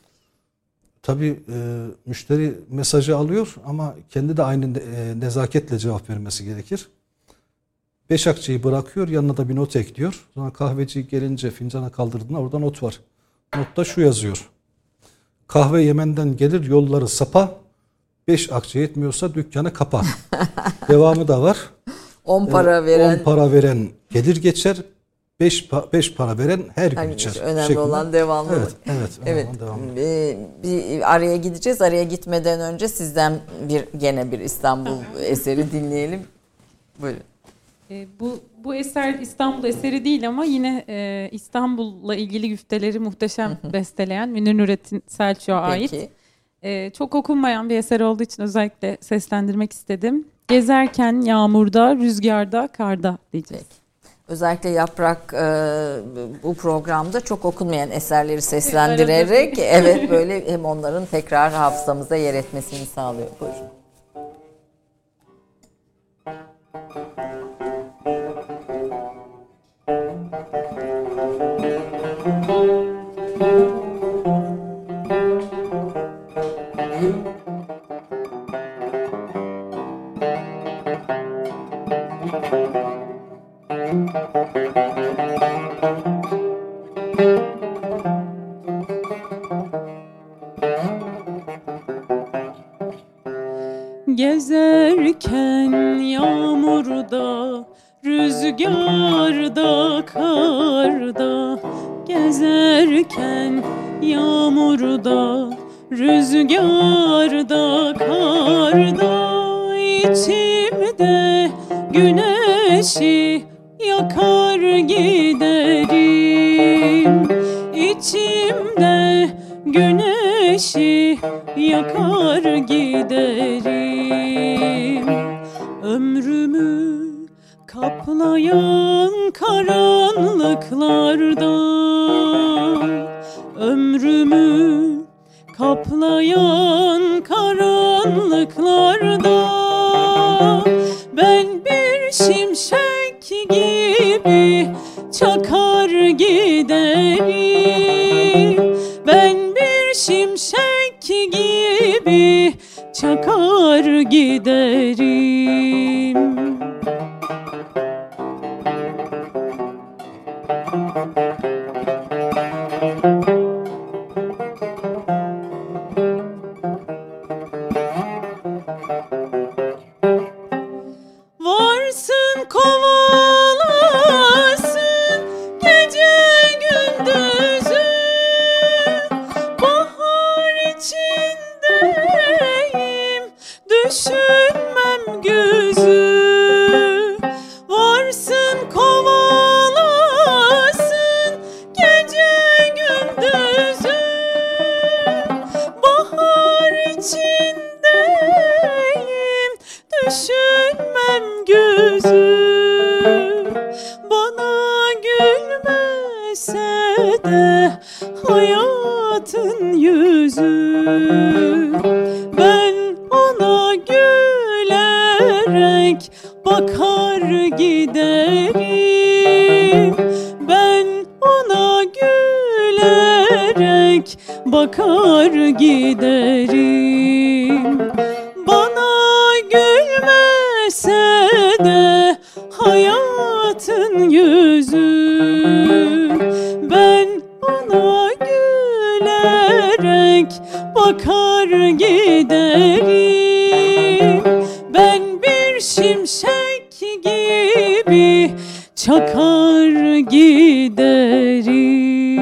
Tabii e, müşteri mesajı alıyor ama kendi de aynı e, nezaketle cevap vermesi gerekir. Beş akçeyi bırakıyor, yanına da bir not ekliyor. Sonra kahveci gelince fincana kaldırdığında orada not var. Notta şu yazıyor: kahve Yemen'den gelir, yolları sapa, beş akçe yetmiyorsa dükkanı kapa. Devamı da var. on para veren on para veren gelir geçer, beş beş para veren her gün içer. Önemli şeklinde. olan devamlılık. Evet, evet. Evet. Ee, bir araya gideceğiz. Araya gitmeden önce sizden bir gene bir İstanbul eseri dinleyelim. Buyurun. E, bu bu eser İstanbul eseri değil ama yine e, İstanbul'la ilgili güfteleri muhteşem besteleyen Münir Nurettin Selçuk'a ait. E, çok okunmayan bir eser olduğu için özellikle seslendirmek istedim. Gezerken yağmurda, rüzgarda, karda diyeceğiz. Peki. Özellikle Yaprak e, bu programda çok okunmayan eserleri seslendirerek evet böyle hem onların tekrar hafızamıza yer etmesini sağlıyor. Buyurun. Gezerken yağmurda, rüzgarda, karda, gezerken yağmurda, rüzgarda, karda, içimde güneşi yakar giderim, içimde güneşi yakar giderim. Ömrümü kaplayan karanlıklarda, ömrümü kaplayan karanlıklarda, ben bir şimşek gibi çakar giderim, ben bir şimşek gibi çakar giderim. Varsın kovalasın gece gündüzü, bahar içinde hayatın yüzü. Ben ona gülerek bakar giderim. Ben ona gülerek bakar giderim. Bana gülmese de hayatın yüzü. Ben ona gülerek bakar giderim. Ben bir şimşek gibi çakar giderim.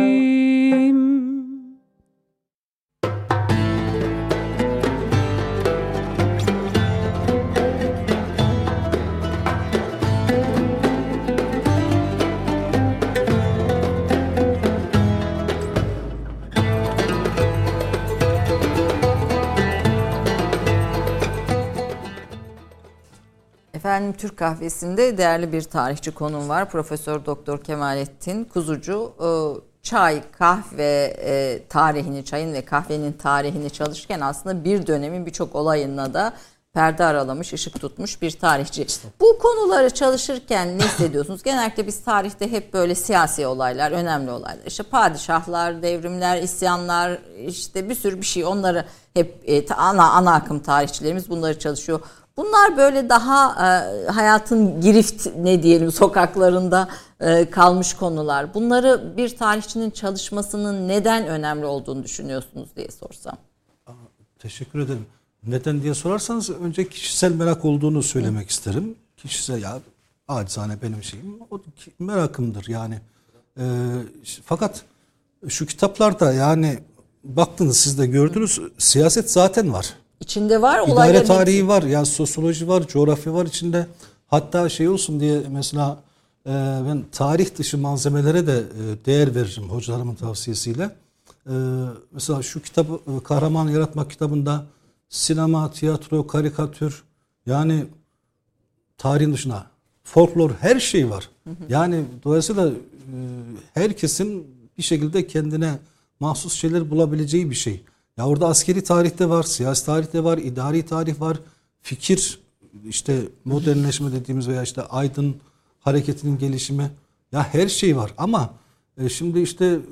Efendim, Türk Kahvesi'nde değerli bir tarihçi konuğum var. Profesör Doktor Kemalettin Kuzucu. Çay, kahve tarihini, çayın ve kahvenin tarihini çalışırken aslında bir dönemin birçok olayına da perde aralamış, ışık tutmuş bir tarihçi. Bu konuları çalışırken ne hissediyorsunuz? Genellikle biz tarihte hep böyle siyasi olaylar, önemli olaylar. İşte padişahlar, devrimler, isyanlar, işte bir sürü bir şey. Onları hep ana ana akım tarihçilerimiz bunları çalışıyor. Bunlar böyle daha e, hayatın girift ne diyelim sokaklarında e, kalmış konular. Bunları bir tarihçinin çalışmasının neden önemli olduğunu düşünüyorsunuz diye sorsam. Teşekkür ederim. Neden diye sorarsanız önce kişisel merak olduğunu söylemek Hı. isterim. Kişisel, ya acizane benim şeyim o merakımdır yani. E, fakat şu kitaplarda yani baktınız, siz de gördünüz, siyaset zaten var. İçinde var. İdare tarihi var. Yani sosyoloji var, coğrafya var içinde. Hatta şey olsun diye mesela e, ben tarih dışı malzemelere de e, değer veririm hocalarımın tavsiyesiyle. E, mesela şu kitabı, e, Kahraman Yaratmak kitabında sinema, tiyatro, karikatür, yani tarihin dışına folklor, her şey var. Hı hı. Yani dolayısıyla e, herkesin bir şekilde kendine mahsus şeyler bulabileceği bir şey. Ya orada askeri tarihte var, siyasi tarihte var, idari tarih var, fikir, işte modernleşme dediğimiz veya işte aydın hareketinin gelişimi, ya her şey var. Ama e, şimdi işte e,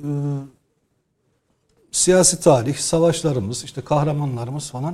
siyasi tarih, savaşlarımız, işte kahramanlarımız falan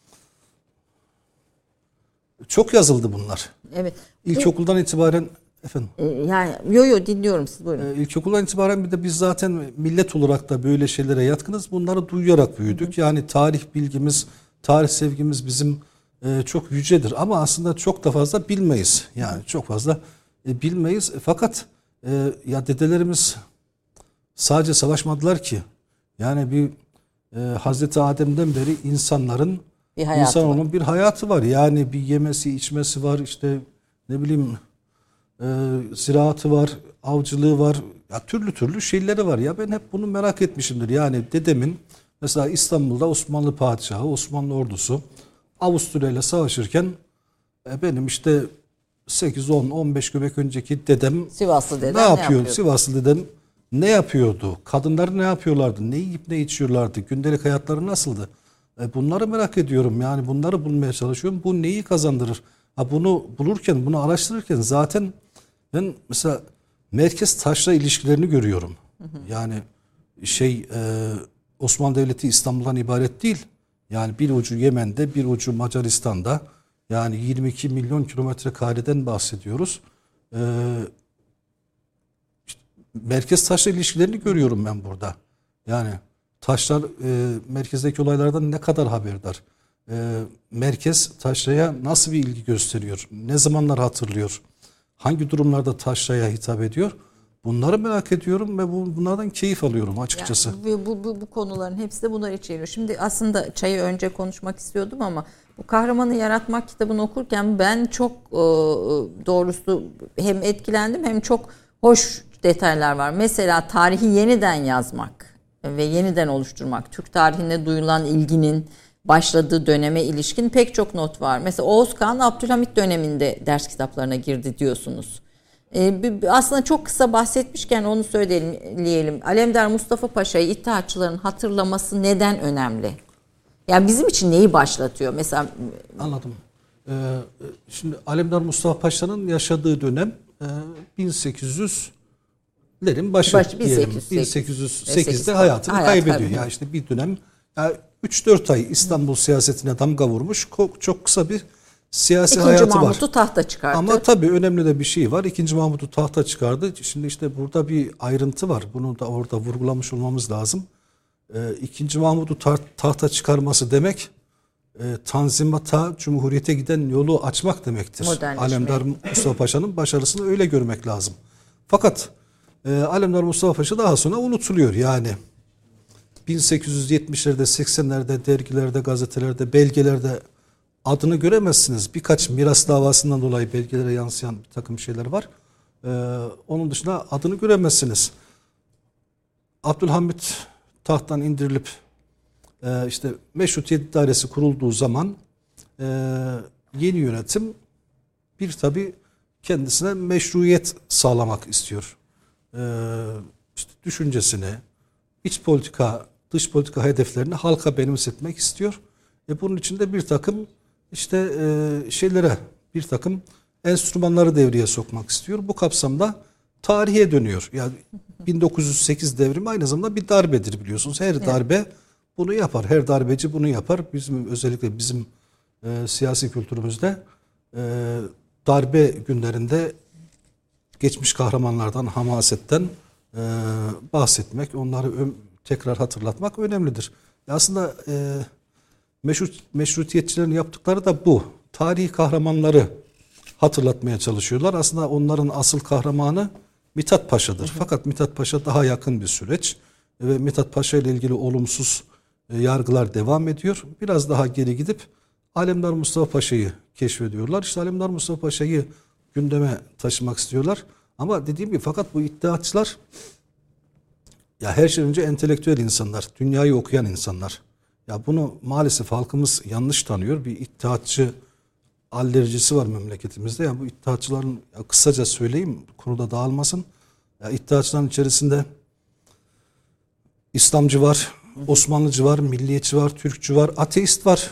çok yazıldı bunlar. Evet. İlkokuldan itibaren efendim. E, yani yo yo dinliyorum siz, buyurun. E, ilkokuldan itibaren bir de biz zaten millet olarak da böyle şeylere yatkınız. Bunları duyarak büyüdük. Hı hı. Yani tarih bilgimiz, tarih sevgimiz bizim e, çok yücedir. Ama aslında çok da fazla bilmeyiz. Yani çok fazla e, bilmeyiz. E, fakat e, ya dedelerimiz sadece savaşmadılar ki. Yani bir e, Hazreti Adem'den beri insanların insanoğlunun bir hayatı var. Yani bir yemesi, içmesi var. İşte ne bileyim e, ziraatı var, avcılığı var. Ya türlü türlü şeyleri var. Ya ben hep bunu merak etmişimdir. Yani dedemin mesela İstanbul'da Osmanlı padişahı, Osmanlı ordusu Avusturya ile savaşırken e, benim işte sekiz on on beş göbek önceki dedem Sivaslı dedem ne yapıyor? Ne Sivaslı dedem ne yapıyordu? Kadınlar ne yapıyorlardı? Ne yiyip ne içiyorlardı? Gündelik hayatları nasıldı? E, bunları merak ediyorum. Yani bunları bulmaya çalışıyorum. Bu neyi kazandırır? Ha, bunu bulurken, bunu araştırırken zaten ben mesela merkez taşra ilişkilerini görüyorum. Hı hı. Yani şey e, Osmanlı Devleti İstanbul'dan ibaret değil. Yani bir ucu Yemen'de, bir ucu Macaristan'da. Yani yirmi iki milyon kilometre kareden bahsediyoruz. E, işte merkez taşra ilişkilerini görüyorum ben burada. Yani taşlar e, merkezdeki olaylardan ne kadar haberdar? E, merkez taşraya nasıl bir ilgi gösteriyor? Ne zamanlar hatırlıyor? Hangi durumlarda taşraya hitap ediyor? Bunları merak ediyorum ve bu, bunlardan keyif alıyorum açıkçası. Yani bu, bu, bu konuların hepsi de bunları içeriyor. Şimdi aslında çayı önce konuşmak istiyordum ama bu Kahramanı Yaratmak kitabını okurken ben çok e, doğrusu hem etkilendim hem çok hoş detaylar var. Mesela tarihi yeniden yazmak ve yeniden oluşturmak, Türk tarihine duyulan ilginin başladığı döneme ilişkin pek çok not var. Mesela Oğuz Kağan Abdülhamit döneminde ders kitaplarına girdi diyorsunuz. Ee, aslında çok kısa bahsetmişken onu söyleyelim. Alemdar Mustafa Paşa'yı İttihatçıların hatırlaması neden önemli? Yani bizim için neyi başlatıyor? Mesela anladım. Ee, şimdi Alemdar Mustafa Paşa'nın yaşadığı dönem e, bin sekiz yüzlerin başı Baş, diyelim. bin sekiz yüz sekizde hayatını hayat kaybediyor. Kaybediyor. Yani işte bir dönem yani üç dört ay İstanbul siyasetine damga vurmuş. Çok, çok kısa bir siyasi İkinci hayatı Mahmut'u var. İkinci Mahmut'u tahta çıkardı. Ama tabii önemli de bir şey var. İkinci Mahmut'u tahta çıkardı. Şimdi işte burada bir ayrıntı var. Bunu da orada vurgulamış olmamız lazım. Ee, İkinci Mahmut'u tahta çıkarması demek e, Tanzimat'a, Cumhuriyet'e giden yolu açmak demektir. Alemdar Mustafa Paşa'nın başarısını öyle görmek lazım. Fakat e, Alemdar Mustafa Paşa daha sonra unutuluyor. Yani bin sekiz yüz yetmişlerde, seksenlerde dergilerde, gazetelerde, belgelerde adını göremezsiniz. Birkaç miras davasından dolayı belgelere yansıyan bir takım şeyler var. Ee, onun dışında adını göremezsiniz. Abdülhamit tahttan indirilip e, işte Meşrutiyet Dairesi kurulduğu zaman e, yeni yönetim bir tabi kendisine meşruiyet sağlamak istiyor. E, işte düşüncesini, iç politika, dış politika hedeflerini halka benimsetmek istiyor. E bunun için de bir takım işte e, şeylere, bir takım enstrümanları devreye sokmak istiyor. Bu kapsamda tarihe dönüyor. Yani bin dokuz yüz sekiz devrimi aynı zamanda bir darbedir biliyorsunuz. Her darbe evet. bunu yapar. Her darbeci bunu yapar. Bizim özellikle bizim e, siyasi kültürümüzde e, darbe günlerinde geçmiş kahramanlardan, hamasetten e, bahsetmek, onları tekrar hatırlatmak önemlidir. Aslında e, meşrut, meşrutiyetçilerin yaptıkları da bu. Tarihi kahramanları hatırlatmaya çalışıyorlar. Aslında onların asıl kahramanı Mithat Paşa'dır. Hı hı. Fakat Mithat Paşa daha yakın bir süreç ve Mithat Paşa ile ilgili olumsuz e, yargılar devam ediyor. Biraz daha geri gidip Alemdar Mustafa Paşa'yı keşfediyorlar. İşte Alemdar Mustafa Paşa'yı gündeme taşımak istiyorlar. Ama dediğim gibi fakat bu iddiatçılar ya her şeyden önce entelektüel insanlar, dünyayı okuyan insanlar. Ya bunu maalesef halkımız yanlış tanıyor. Bir iddiatçı alerjisi var memleketimizde. Yani bu iddiatçıların ya kısaca söyleyeyim, konuda dağılmasın. Ya iddiatçıların içerisinde İslamcı var, Osmanlıcı var, milliyetçi var, Türkçü var, ateist var.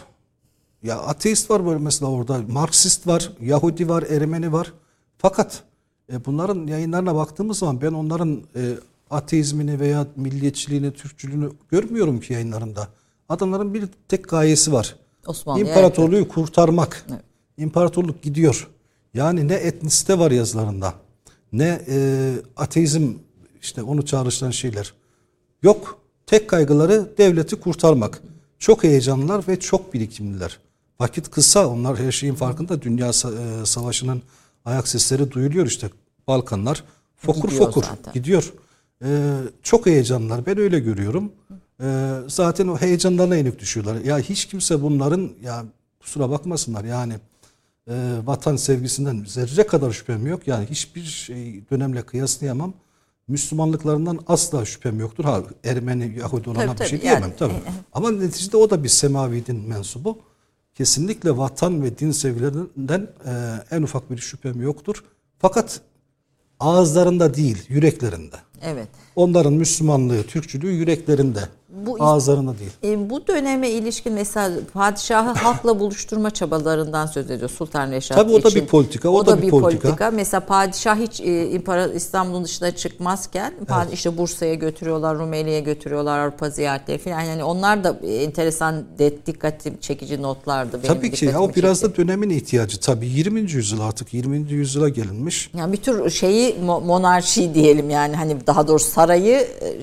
Ya ateist var böyle mesela orada, Marksist var, Yahudi var, Ermeni var. Fakat e, bunların yayınlarına baktığımız zaman ben onların e, ateizmini veya milliyetçiliğini, Türkçülüğünü görmüyorum ki yayınlarında. Adamların bir tek gayesi var. Osmanlı'ya İmparatorluğu yakın. kurtarmak. Evet. İmparatorluk gidiyor. Yani ne etnisite var yazılarında, ne e, ateizm, işte onu çağrıştıran şeyler. Yok. Tek kaygıları devleti kurtarmak. Çok heyecanlılar ve çok birikimliler. Vakit kısa. Onlar her şeyin farkında. Dünya e, savaşının ayak sesleri duyuluyor işte. Balkanlar fokur gidiyor fokur zaten. gidiyor. E, çok heyecanlılar. Ben öyle görüyorum. E, zaten o heyecanlarına yenik düşüyorlar. Ya hiç kimse bunların, ya kusura bakmasınlar yani, e, vatan sevgisinden zerre kadar şüphem yok. Yani hiçbir şey dönemle kıyaslayamam. Müslümanlıklarından asla şüphem yoktur. Ha, Ermeni, Yahudi olana tabii, bir şey diyemem yani, tabii. E, Ama neticede o da bir semavi din mensubu. Kesinlikle vatan ve din sevgilerinden e, en ufak bir şüphem yoktur. Fakat ağızlarında değil, yüreklerinde. Evet. Onların Müslümanlığı, Türkçülüğü yüreklerinde. Bu, ağızlarında değil. E, bu döneme ilişkin mesela padişahı halkla buluşturma çabalarından söz ediyor Sultan Reşat Tabii için. Tabii o da bir politika. O, o da, da bir bir politika. politika. Mesela padişah hiç e, İmpara, İstanbul'un dışına çıkmazken evet. işte Bursa'ya götürüyorlar, Rumeli'ye götürüyorlar, Avrupa ziyaretleri falan. Yani onlar da enteresan, dikkati çekici notlardı. Benim tabii ki ya, o biraz çekti. da dönemin ihtiyacı. Tabii yirminci yüzyıl, artık yirminci yüzyıla gelinmiş. Yani bir tür şeyi monarşi diyelim, yani hani daha doğrusu sarayı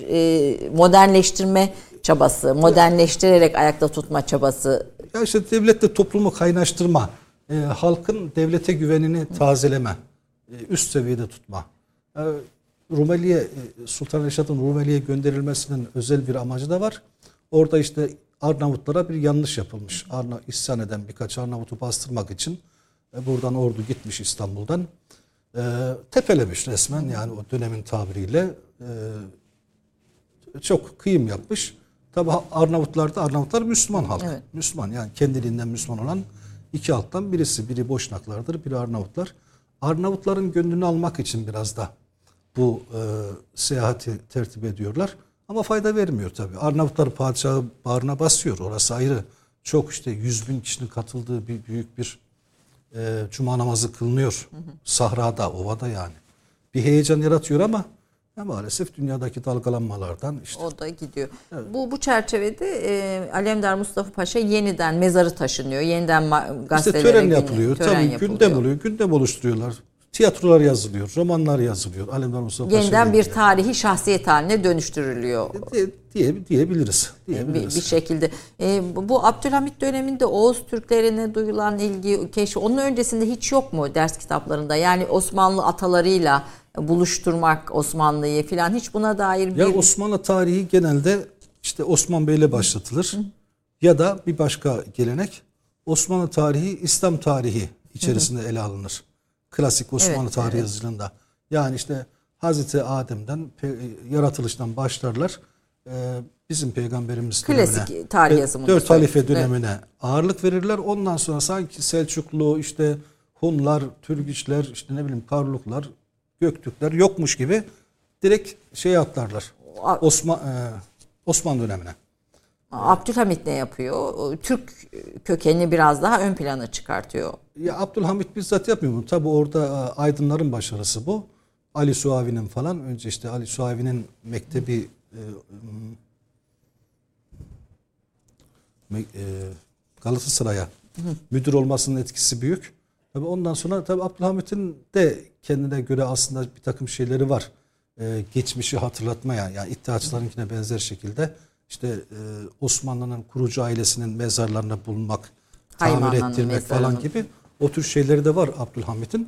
e, modernleştirme çabası, modernleştirerek ayakta tutma çabası. Ya işte devletle toplumu kaynaştırma, e, halkın devlete güvenini tazeleme, e, üst seviyede tutma. E, Rumeli'ye, e, Sultan Reşat'ın Rumeli'ye gönderilmesinin özel bir amacı da var. Orada işte Arnavutlara bir yanlış yapılmış. Arna, isyan eden birkaç Arnavut'u bastırmak için e, buradan ordu gitmiş İstanbul'dan. E, tepelemiş resmen, yani o dönemin tabiriyle e, çok kıyım yapmış. Tabi Arnavutlar da, Arnavutlar Müslüman halk. Evet. Müslüman, yani kendiliğinden Müslüman olan iki halktan birisi. Biri Boşnaklardır, biri Arnavutlar. Arnavutların gönlünü almak için biraz da bu e, seyahati tertip ediyorlar. Ama fayda vermiyor tabii. Arnavutlar padişahı bağrına basıyor. Orası ayrı. Çok işte yüz bin kişinin katıldığı bir büyük bir e, cuma namazı kılınıyor. Hı hı. Sahrada, ovada yani. Bir heyecan yaratıyor ama ya maalesef dünyadaki dalgalanmalardan işte. O da gidiyor. Evet. Bu bu çerçevede e, Alemdar Mustafa Paşa yeniden mezarı taşınıyor. Yeniden gazetelere İşte tören günü, yapılıyor. tören Tabii yapılıyor. gündem oluyor. Gündem oluşturuyorlar. Tiyatrolar yazılıyor. Romanlar yazılıyor. Alemdar Mustafa Paşa. Yeniden bir tarihi şahsiyet haline dönüştürülüyor. diye, diye, diyebiliriz. diyebiliriz. Bir, bir şekilde. E, bu Abdülhamit döneminde Oğuz Türklerine duyulan ilgi, keşfi onun öncesinde hiç yok mu ders kitaplarında? Yani Osmanlı atalarıyla buluşturmak Osmanlı'yı filan, hiç buna dair bir... Ya Osmanlı tarihi genelde işte Osman Bey'le başlatılır. Hı. Ya da bir başka gelenek Osmanlı tarihi İslam tarihi içerisinde hı hı. ele alınır. Klasik Osmanlı evet, tarihi evet. yazılında. Yani işte Hazreti Adem'den yaratılıştan başlarlar. Ee, bizim peygamberimiz klasik dönemine, tarih yazımında dört halife dönemine evet. ağırlık verirler. Ondan sonra sanki Selçuklu, işte Hunlar, Türgüçler, işte ne bileyim Karluklar, Göktürkler yokmuş gibi direkt şey atlarlar. Osman e, Osmanlı dönemine. Abdülhamit ne yapıyor? Türk kökenini biraz daha ön plana çıkartıyor. Ya Abdülhamit bizzat yapmıyor mu? Tabii orada aydınların başarısı bu. Ali Suavi'nin falan, önce işte Ali Suavi'nin mektebi e, e, Galatasaray'a müdür olmasının etkisi büyük. Tabii ondan sonra tabii Abdülhamit'in de kendine göre aslında bir takım şeyleri var. Ee, geçmişi hatırlatmaya, yani İttihatçılarınkine benzer şekilde işte e, Osmanlı'nın kurucu ailesinin mezarlarına bulunmak, tamir ettirmek mezarını. falan gibi o tür şeyleri de var Abdülhamit'in.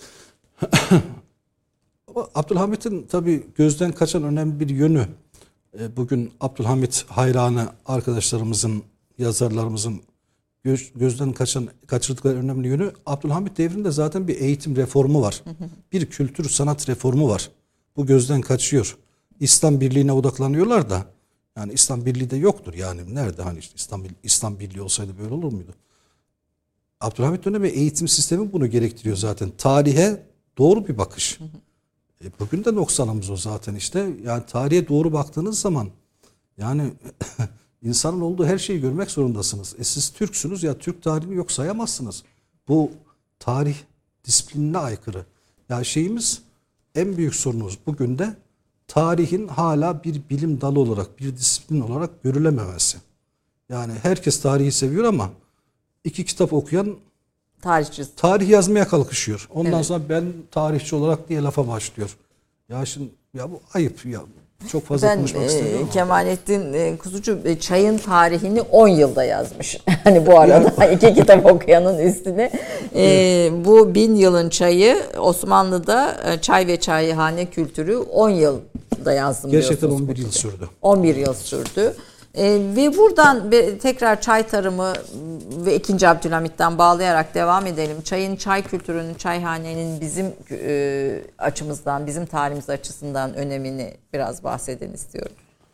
Abdülhamit'in tabii gözden kaçan önemli bir yönü, e, bugün Abdülhamit hayranı arkadaşlarımızın, yazarlarımızın Göz, gözden kaçan, kaçırdıkları önemli yönü, Abdülhamit devrinde zaten bir eğitim reformu var. Bir kültür sanat reformu var. Bu gözden kaçıyor. İslam birliğine odaklanıyorlar da, yani İslam birliği de yoktur. Yani nerede hani işte İslam, İslam birliği olsaydı böyle olur muydu? Abdülhamit dönemi eğitim sistemi bunu gerektiriyor zaten. Tarihe doğru bir bakış. E, bugün de noksanımız o zaten işte. Yani tarihe doğru baktığınız zaman yani İnsanın olduğu her şeyi görmek zorundasınız. E siz Türksünüz, ya Türk tarihini yok sayamazsınız. Bu tarih disiplinine aykırı. Ya şeyimiz, en büyük sorunumuz bugün de tarihin hala bir bilim dalı olarak, bir disiplin olarak görülememesi. Yani herkes tarihi seviyor ama iki kitap okuyan tarihçi, tarih yazmaya kalkışıyor. Ondan evet. sonra ben tarihçi olarak diye lafa başlıyor. Ya şimdi ya bu ayıp ya. Çok fazla ben, konuşmak e, istemiyorum. Kemalettin e, Kuzucu e, çayın tarihini on yılda yazmış. Hani bu arada iki kitap okuyanın üstüne. E, bu bin yılın çayı, Osmanlı'da e, çay ve çayhane kültürü on yılda yazdım. Gerçekten on bir yıl sürdü. on bir yıl sürdü. E, ve buradan be, tekrar çay tarımı ve ikinci Abdülhamit'ten bağlayarak devam edelim. Çayın, çay kültürünün, çayhanenin bizim e, açımızdan, bizim tarihimiz açısından önemini biraz bahsedin istiyorum.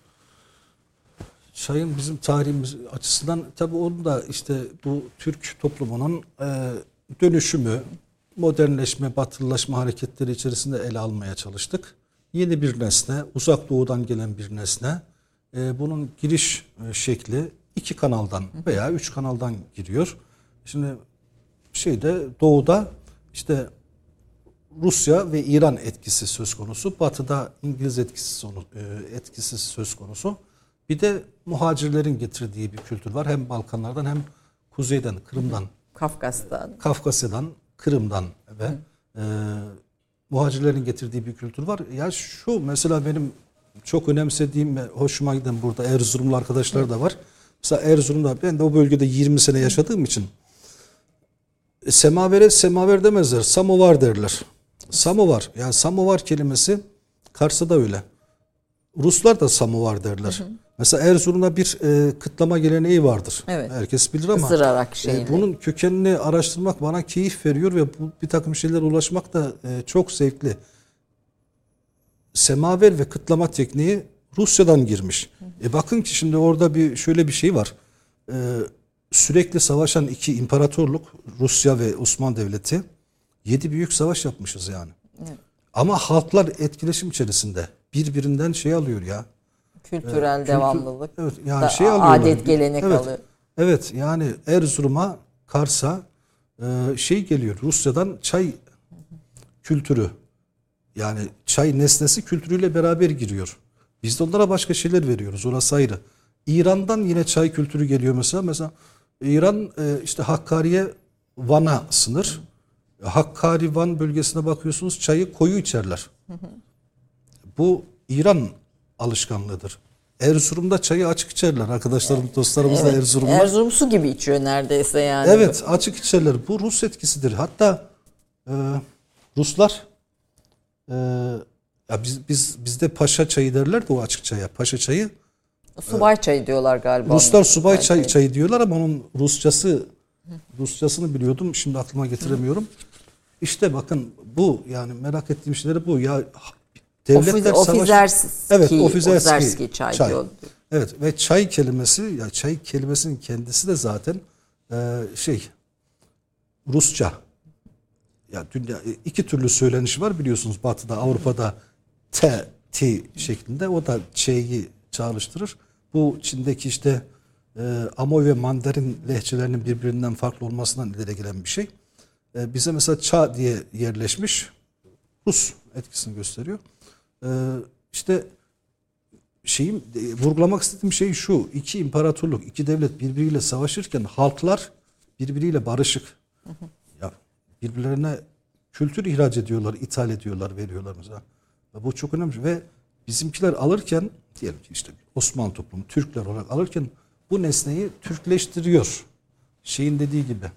Çayın bizim tarihimiz açısından tabii onu da işte bu Türk toplumunun e, dönüşümü, modernleşme, batılılaşma hareketleri içerisinde ele almaya çalıştık. Yeni bir nesne, uzak doğudan gelen bir nesne. Bunun giriş şekli iki kanaldan veya üç kanaldan giriyor. Şimdi şeyde doğuda işte Rusya ve İran etkisi söz konusu. Batıda İngiliz etkisi, etkisi söz konusu. Bir de muhacirlerin getirdiği bir kültür var. Hem Balkanlardan hem kuzeyden, Kırım'dan, Kafkas'tan, Kafkasya'dan, Kırım'dan ve e, muhacirlerin getirdiği bir kültür var. Ya şu mesela benim çok önemsediğim ve hoşuma giden, burada Erzurumlu arkadaşlar da var. Mesela Erzurum'da, ben de o bölgede yirmi sene yaşadığım için semavere semaver demezler, samovar derler. Samovar, yani samovar kelimesi Kars'ta da öyle. Ruslar da samovar derler. Hı hı. Mesela Erzurum'da bir e, kıtlama geleneği vardır. Evet. Herkes bilir ama e, bunun kökenini araştırmak bana keyif veriyor ve bu, bir takım şeylere ulaşmak da e, çok zevkli. Semaver ve kıtlama tekniği Rusya'dan girmiş. E bakın ki şimdi orada bir şöyle bir şey var. E, sürekli savaşan iki imparatorluk, Rusya ve Osmanlı Devleti, Yedi büyük savaş yapmışız yani. Evet. Ama halklar etkileşim içerisinde birbirinden şey alıyor ya. Kültürel Ee, devamlılık. Evet, yani da, şey alıyorlar. Adet gelenek evet, alıyor. Evet yani Erzurum'a, Kars'a e, şey geliyor. Rusya'dan çay kültürü. Yani çay nesnesi kültürüyle beraber giriyor. Biz de onlara başka şeyler veriyoruz. Orası ayrı. İran'dan yine çay kültürü geliyor mesela. Mesela İran e, işte Hakkari'ye, Van'a sınır. Hakkari, Van bölgesine bakıyorsunuz çayı koyu içerler. Bu İran alışkanlığıdır. Erzurum'da çayı açık içerler. Arkadaşlarım, dostlarımız Evet, da Erzurum'da. Erzurum su gibi içiyor neredeyse yani. Evet, açık içerler. Bu Rus etkisidir. Hatta e, Ruslar e, ya biz biz bizde paşa çayı derler de o açık çaya. Paşa çayı. Subay çayı diyorlar galiba. Ruslar onun. subay çayı, çayı diyorlar ama onun Rusçası Rusçasını biliyordum. Şimdi aklıma getiremiyorum. İşte bakın bu yani merak ettiğim şeyleri bu. Ya devletler Ofiz, savaş... Ofizerski, Evet, ofizerski, ofizerski çay, çay. diyor. Evet ve çay kelimesi ya çay kelimesinin kendisi de zaten e, şey Rusça. Ya dünya iki türlü söylenişi var biliyorsunuz Batı'da, Avrupa'da T, T şeklinde. O da Ç'yi çağrıştırır. Bu Çin'deki işte e, Amoy ve Mandarin lehçelerinin birbirinden farklı olmasından ileri gelen bir şey. E, bize mesela Ça diye yerleşmiş. Rus etkisini gösteriyor. E, işte şeyim e, vurgulamak istediğim şey şu. İki imparatorluk, iki devlet birbiriyle savaşırken halklar birbiriyle barışık. Hı hı. Ya birbirlerine kültür ihraç ediyorlar, ithal ediyorlar, veriyorlar mesela. Bu çok önemli ve bizimkiler alırken diyelim ki işte Osmanlı toplumu, Türkler olarak alırken bu nesneyi Türkleştiriyor. Şeyin dediği gibi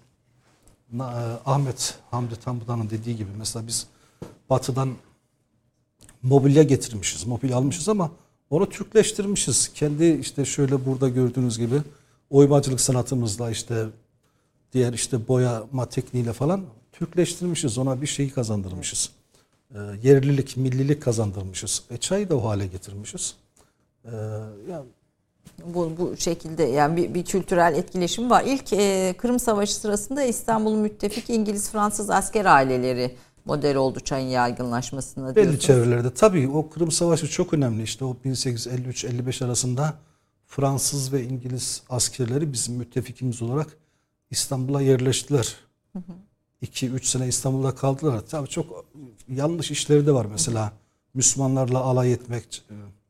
Ahmet Hamdi Tanpınar'ın dediği gibi mesela biz Batı'dan mobilya getirmişiz, mobilya almışız ama onu Türkleştirmişiz. Kendi işte şöyle burada gördüğünüz gibi oymacılık sanatımızla işte diğer işte boyama tekniğiyle falan Türkleştirmişiz. Ona bir şeyi kazandırmışız. E, yerlilik, millilik kazandırmışız. E, çayı da o hale getirmişiz. E, yani Bu, bu şekilde yani bir, bir kültürel etkileşim var. İlk e, Kırım Savaşı sırasında İstanbul'un müttefik İngiliz-Fransız asker aileleri model oldu çayın yaygınlaşmasına diyorsunuz. Belli çevrelerde. Tabii o Kırım Savaşı çok önemli. İşte o bin sekiz yüz elli üç elli beş arasında Fransız ve İngiliz askerleri bizim müttefikimiz olarak İstanbul'a yerleştiler. iki üç sene İstanbul'da kaldılar. Tabii çok yanlış işleri de var mesela. Hı hı. Müslümanlarla alay etmek,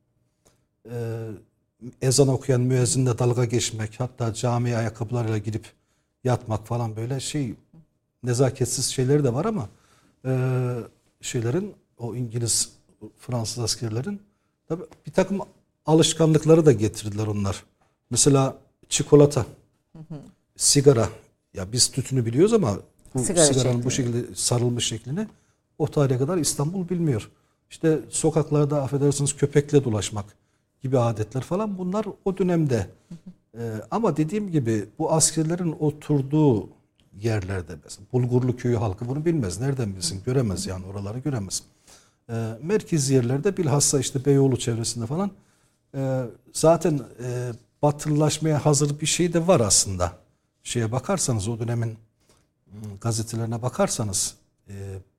e, ezan okuyan müezzinle dalga geçmek, hatta camiye ayakkabılarıyla girip yatmak falan böyle şey nezaketsiz şeyleri de var ama e, şeylerin o İngiliz, Fransız askerlerin tabii bir takım alışkanlıkları da getirdiler onlar. Mesela çikolata, hı hı. sigara. Ya biz tütünü biliyoruz ama bu sigara sigaranın şeklinde. Bu şekilde sarılmış şeklini o tarihe kadar İstanbul bilmiyor. İşte sokaklarda affedersiniz köpekle dolaşmak gibi adetler falan bunlar o dönemde. Ee, ama dediğim gibi bu askerlerin oturduğu yerlerde mesela Bulgurlu köyü halkı bunu bilmez. Nereden bilsin? Göremez yani oraları göremez. Ee, merkezi yerlerde bilhassa işte Beyoğlu çevresinde falan e, zaten e, batılılaşmaya hazır bir şey de var aslında. Şeye bakarsanız o dönemin gazetelerine bakarsanız e,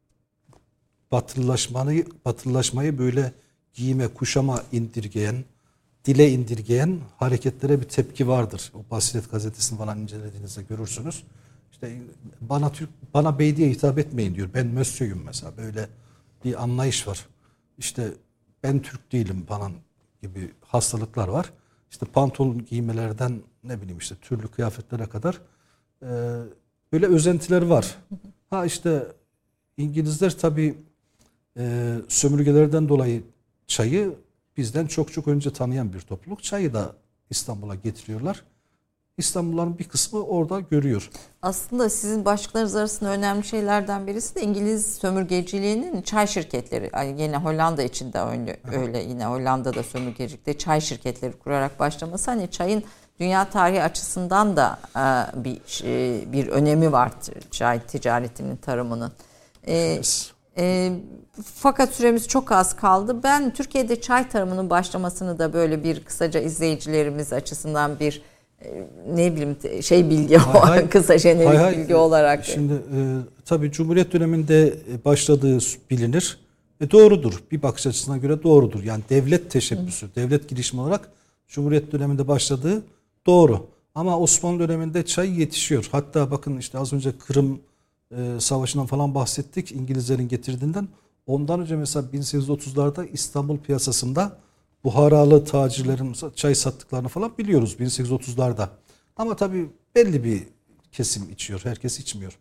batılılaşmayı, batılılaşmayı böyle giyime, kuşama indirgeyen, dile indirgeyen hareketlere bir tepki vardır. O Basiret gazetesini falan incelediğinizde görürsünüz. İşte bana Türk, bana bey diye hitap etmeyin diyor. Ben Mösyö'yüm mesela. Böyle bir anlayış var. İşte ben Türk değilim falan gibi hastalıklar var. İşte pantolon giymelerden ne bileyim işte türlü kıyafetlere kadar e, böyle özentiler var. Ha işte İngilizler tabii e, sömürgelerden dolayı çayı bizden çok çok önce tanıyan bir topluluk. Çayı da İstanbul'a getiriyorlar. İstanbulluların bir kısmı orada görüyor. Aslında sizin başlıklarınız arasında önemli şeylerden birisi de İngiliz sömürgeciliğinin çay şirketleri. Yani yine Hollanda için de öyle, öyle yine Hollanda'da sömürgecilikte çay şirketleri kurarak başlaması. Hani çayın dünya tarihi açısından da bir bir önemi var çay ticaretinin, tarımının. Yes. E, fakat süremiz çok az kaldı. Ben Türkiye'de çay tarımının başlamasını da böyle bir kısaca izleyicilerimiz açısından bir ne bileyim şey bilgi hay hay, kısa jenerik hay hay, bilgi olarak. Şimdi e, tabii Cumhuriyet döneminde başladığı bilinir. E, doğrudur. Bir bakış açısına göre doğrudur. Yani devlet teşebbüsü, Hı. devlet girişimi olarak Cumhuriyet döneminde başladığı doğru. Ama Osmanlı döneminde çay yetişiyor. Hatta bakın işte az önce Kırım e, Savaşı'ndan falan bahsettik. İngilizlerin getirdiğinden. Ondan önce mesela bin sekiz yüz otuzlarda İstanbul piyasasında Buharalı tacirlerin çay sattıklarını falan biliyoruz bin sekiz yüz otuzlarda. Ama tabii belli bir kesim içiyor. Herkes içmiyor.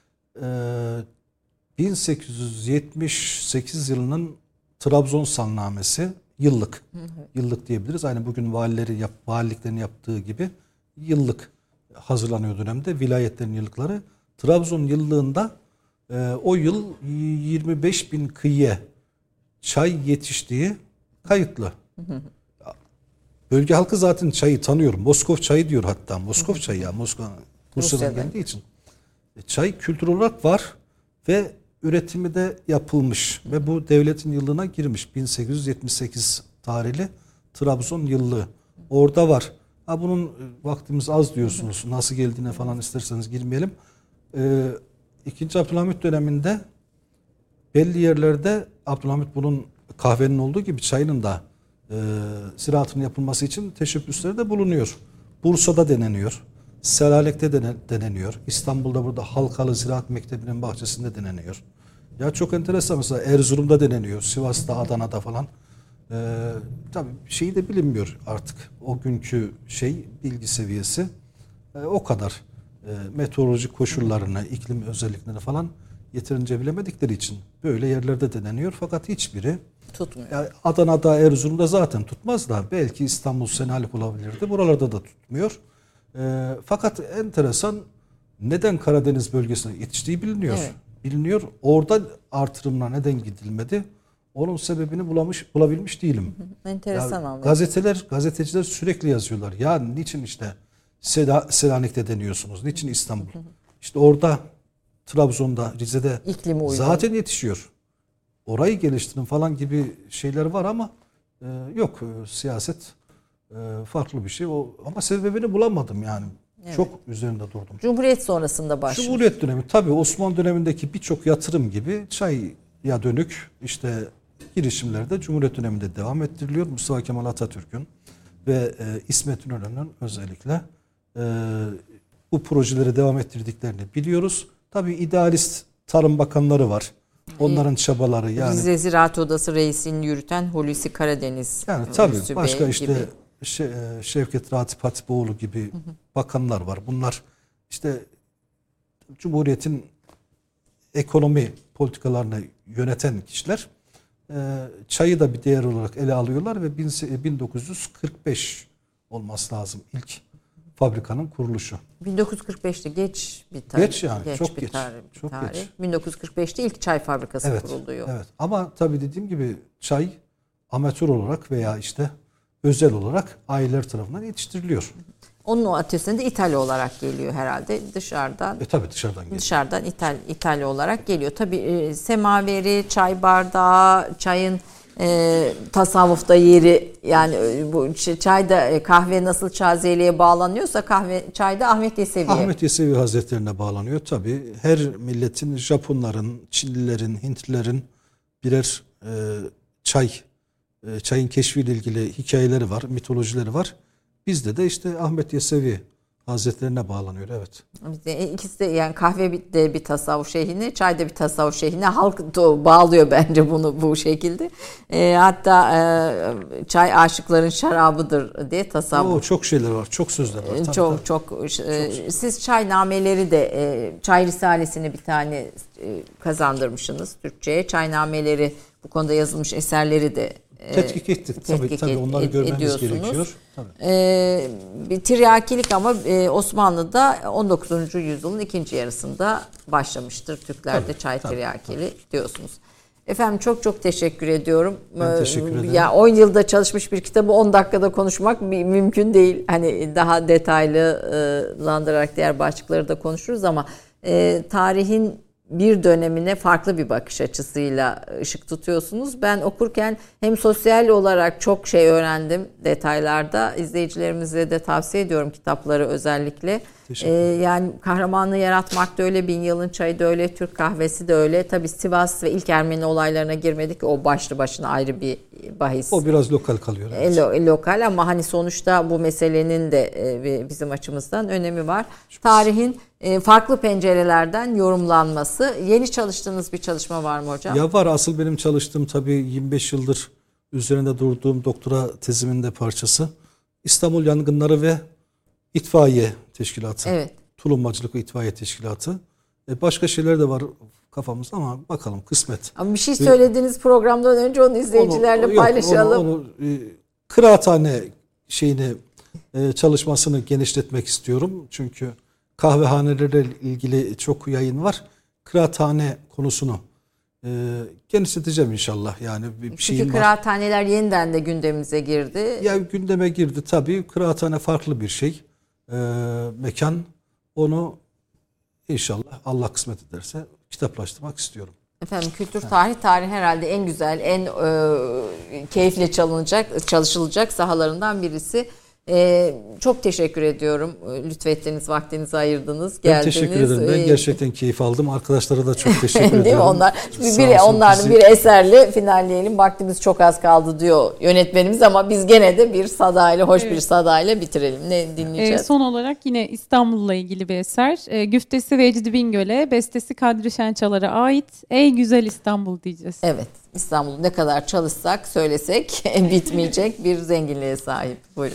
Ee, bin sekiz yüz yetmiş sekiz yılının Trabzon Salnamesi yıllık. Hı hı. Yıllık diyebiliriz. Aynı bugün valileri yap, valiliklerin yaptığı gibi yıllık hazırlanıyor dönemde. Vilayetlerin yıllıkları. Trabzon yıllığında e, o yıl yirmi beş bin kıyıya çay yetiştiği kayıtlı. Hı hı. Bölge halkı zaten çayı tanıyor. Moskov çayı diyor hatta. Moskov çayı ya. Moskova Rusya'dan geldiği için. Çay kültür olarak var ve üretimi de yapılmış. Ve bu devletin yıllığına girmiş. bin sekiz yüz yetmiş sekiz tarihli Trabzon yıllığı. Orada var. Ha bunun vaktimiz az diyorsunuz. Nasıl geldiğine falan isterseniz girmeyelim. Ee, İkinci Abdülhamit döneminde belli yerlerde Abdülhamit bunun kahvenin olduğu gibi çayının da e, ziraatının yapılması için teşebbüsleri de bulunuyor. Bursa'da deneniyor. Selalek'te deneniyor. İstanbul'da burada Halkalı Ziraat Mektebi'nin bahçesinde deneniyor. Ya çok enteresan, mesela Erzurum'da deneniyor. Sivas'ta, Adana'da falan. Ee, tabii şeyi de bilinmiyor artık. O günkü şey bilgi seviyesi e, o kadar. E, meteorolojik koşullarını, iklim özelliklerini falan yeterince bilemedikleri için böyle yerlerde deneniyor. Fakat hiçbiri tutmuyor. Yani Adana'da, Erzurum'da zaten tutmaz da belki İstanbul, Senalik olabilirdi. Buralarda da tutmuyor. E, fakat enteresan, neden Karadeniz bölgesine yetiştiği biliniyor. Evet. Biliniyor. Orada artırımına neden gidilmedi? Onun sebebini bulamış, bulabilmiş değilim. Enteresan anladım. Gazeteler, gazeteciler sürekli yazıyorlar. Ya niçin işte Sela, Selanik'te deniyorsunuz? Niçin İstanbul? İşte orada, Trabzon'da, Rize'de zaten yetişiyor. Orayı geliştirin falan gibi şeyler var ama e, yok e, siyaset e, farklı bir şey. O, ama sebebini bulamadım yani. Evet. Çok üzerinde durdum. Cumhuriyet sonrasında başlıyor. Cumhuriyet dönemi tabii Osmanlı dönemindeki birçok yatırım gibi çaya dönük işte girişimler de Cumhuriyet döneminde devam ettiriliyor. Mustafa Kemal Atatürk'ün ve e, İsmet İnönü'nün özellikle e, bu projeleri devam ettirdiklerini biliyoruz. Tabii idealist tarım bakanları var. Onların çabaları yani. Rize Ziraat Odası reisini yürüten Hulusi Karadeniz. Yani tabii başka işte gibi. Şevket Ratip Hatipoğlu gibi hı hı. bakanlar var. Bunlar işte Cumhuriyet'in ekonomi politikalarını yöneten kişiler. Çayı da bir değer olarak ele alıyorlar ve bin dokuz yüz kırk beş olması lazım ilk fabrikanın kuruluşu. bin dokuz yüz kırk beşte geç bir tarih. Geç yani geç çok bir geç. Tarih, bir çok tarih. geç. bin dokuz yüz kırk beşte ilk çay fabrikası evet, kuruluyor. Evet. Ama tabii dediğim gibi çay amatör olarak veya işte özel olarak aileler tarafından yetiştiriliyor. Onun o ötesinde İtalya olarak geliyor herhalde dışarıdan. E tabii dışarıdan geliyor. Dışarıdan İtal, İtalya olarak geliyor. Tabii e, semaveri, çay bardağı, çayın e, tasavvufta yeri, yani e, bu çayda e, kahve nasıl Şazeli'ye bağlanıyorsa kahve çayda Ahmet Yesevi'ye. Ahmet Yesevi Hazretlerine bağlanıyor tabii. Her milletin, Japonların, Çinlilerin, Hintlilerin birer e, çay çayın keşfiyle ilgili hikayeleri var, mitolojileri var. Bizde de işte Ahmet Yesevi Hazretlerine bağlanıyor, evet. İkisi de yani kahve de bir tasavvuf şeyhine, çay da bir tasavvuf şeyhine. Halk bağlıyor bence bunu bu şekilde. E, hatta e, çay aşıkların şarabıdır diye tasavvuf. Oo, çok şeyler var, çok sözler var. Tabii, çok, tabii. çok çok e, siz çay nameleri de e, çay risalesini bir tane e, kazandırmışsınız Türkçe'ye. Çay nameleri, bu konuda yazılmış eserleri de tetkik ettik. Tabii, tabii onları ed- görmemiz gerekiyor. Tabii. Ee, bir tiryakilik ama e, Osmanlı'da on dokuzuncu yüzyılın ikinci yarısında başlamıştır. Türklerde tabii, çay tabii, tiryakili tabii. diyorsunuz. Efendim çok çok teşekkür ediyorum. Ben teşekkür ederim. Ya on yılda çalışmış bir kitabı on dakikada konuşmak mümkün değil. Hani daha detaylılandırarak diğer başlıkları da konuşuruz ama e, tarihin bir dönemine farklı bir bakış açısıyla ışık tutuyorsunuz. Ben okurken hem sosyal olarak çok şey öğrendim detaylarda. İzleyicilerimize de tavsiye ediyorum kitapları özellikle. Ee, yani kahramanlığı yaratmak da öyle, Bin Yılın Çayı da öyle, Türk Kahvesi de öyle. Tabii Sivas ve ilk Ermeni olaylarına girmedik. O başlı başına ayrı bir bahis. O biraz lokal kalıyor. Evet. E, lo, lokal ama hani sonuçta bu meselenin de e, bizim açımızdan önemi var. Çok Tarihin e, farklı pencerelerden yorumlanması. Yeni çalıştığınız bir çalışma var mı hocam? Ya var. Asıl benim çalıştığım tabii yirmi beş yıldır üzerinde durduğum doktora tezimin de parçası. İstanbul Yangınları ve İtfaiye Teşkilatı. Evet. Tulumacılık ve İtfaiye Teşkilatı. E, başka şeyler de var kafamızda ama bakalım kısmet. Ama bir şey söylediğiniz programdan önce onu izleyicilerle onu, paylaşalım. Onu, onu, e, kıraathane şeyini e, çalışmasını genişletmek istiyorum. Çünkü kahvehanelerle ilgili çok yayın var. Kıraathane konusunu e, genişleteceğim inşallah. Yani bir Çünkü şeyim var. kıraathaneler yeniden de gündemimize girdi. Ya gündeme girdi tabii. Kıraathane farklı bir şey. E, mekan. Onu inşallah Allah kısmet ederse kitaplaştırmak istiyorum. Efendim kültür tarih tarih herhalde en güzel, en e, keyifle çalınacak, çalışılacak sahalarından birisi. E, çok teşekkür ediyorum. Lütfettiniz, vaktinizi ayırdınız, geldiniz. Ben teşekkür ederim. Ben gerçekten keyif aldım. Arkadaşlara da çok teşekkür ederim. Değil mi? Onlar, bir, onların bizi... bir eserle finalleyelim. Vaktimiz çok az kaldı diyor yönetmenimiz ama biz gene de bir sadayla, hoş evet. bir sadayla bitirelim. Ne dinleyeceğiz? E, son olarak yine İstanbul'la ilgili bir eser. E, güftesi Vecdi Bingöl'e, bestesi Kadri Şençalar'a ait Ey Güzel İstanbul diyeceğiz. Evet. İstanbul'u ne kadar çalışsak, söylesek bitmeyecek bir zenginliğe sahip. Buyurun.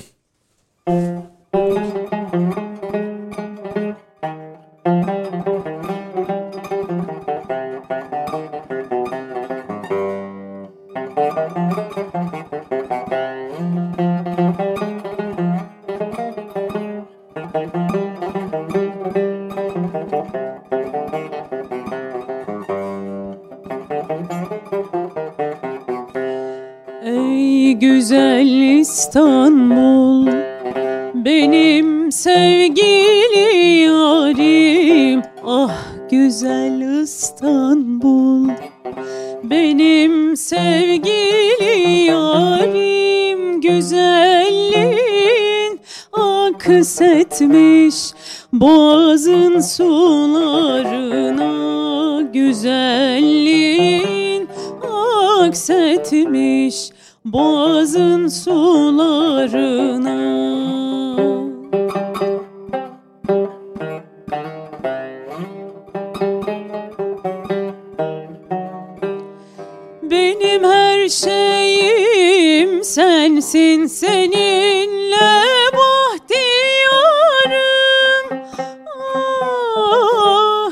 Ey güzel İstanbul, benim sevgili yarim, ah güzel İstanbul, benim sevgili yarim, güzelliğin aksetmiş boğazın sularına, güzelliğin aksetmiş boğazın sularına. Benim her şeyim sensin, seninle bahtiyarım. Ah,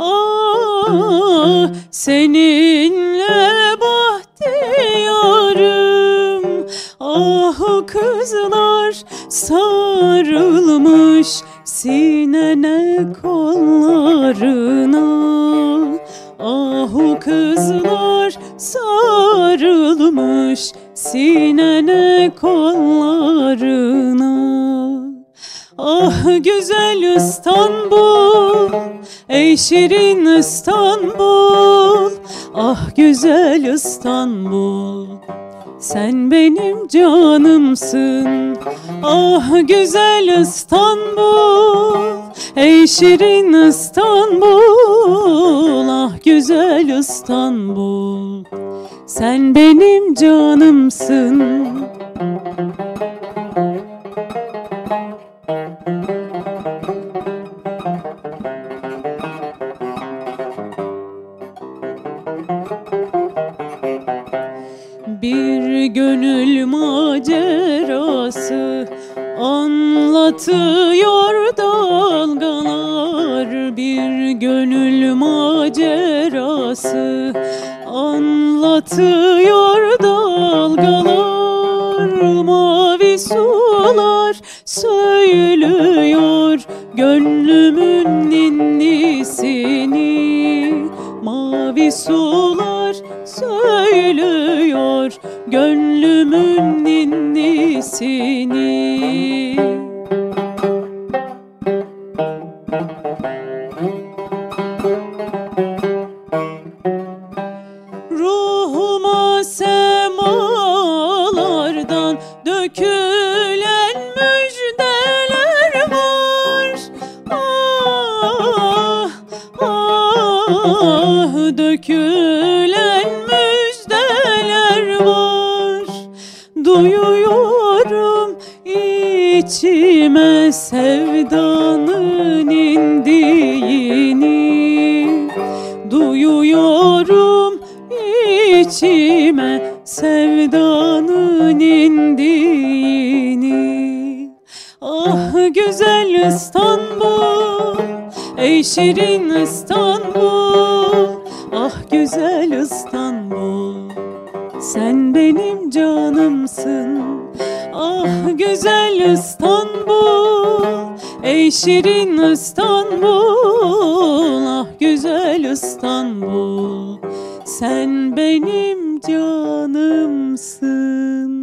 ah, seninle bahtiyarım. Ah kızlar sarılmış sinene kollarına. Ah kızlar sarılmış sinene kollarına. Ah güzel İstanbul, ey şirin İstanbul, ah güzel İstanbul, sen benim canımsın. Ah güzel İstanbul, ey şirin İstanbul, ah güzel İstanbul, sen benim canımsın. Bir gönül macerası anlatıyor dalgalar. Bir gönül macerası anlatıyor dalgalar. Mavi sular söylüyor gönlümün ninnisini. Mavi sular söylüyor gönlümün ninnisini. içime sevdanın indiğini, duyuyorum içime sevdanın indiğini. Ah güzel İstanbul, ey şirin İstanbul, ah güzel İstanbul, sen benim canımsın. Ah güzel İstanbul, ey şirin İstanbul, ah güzel İstanbul, sen benim canımsın.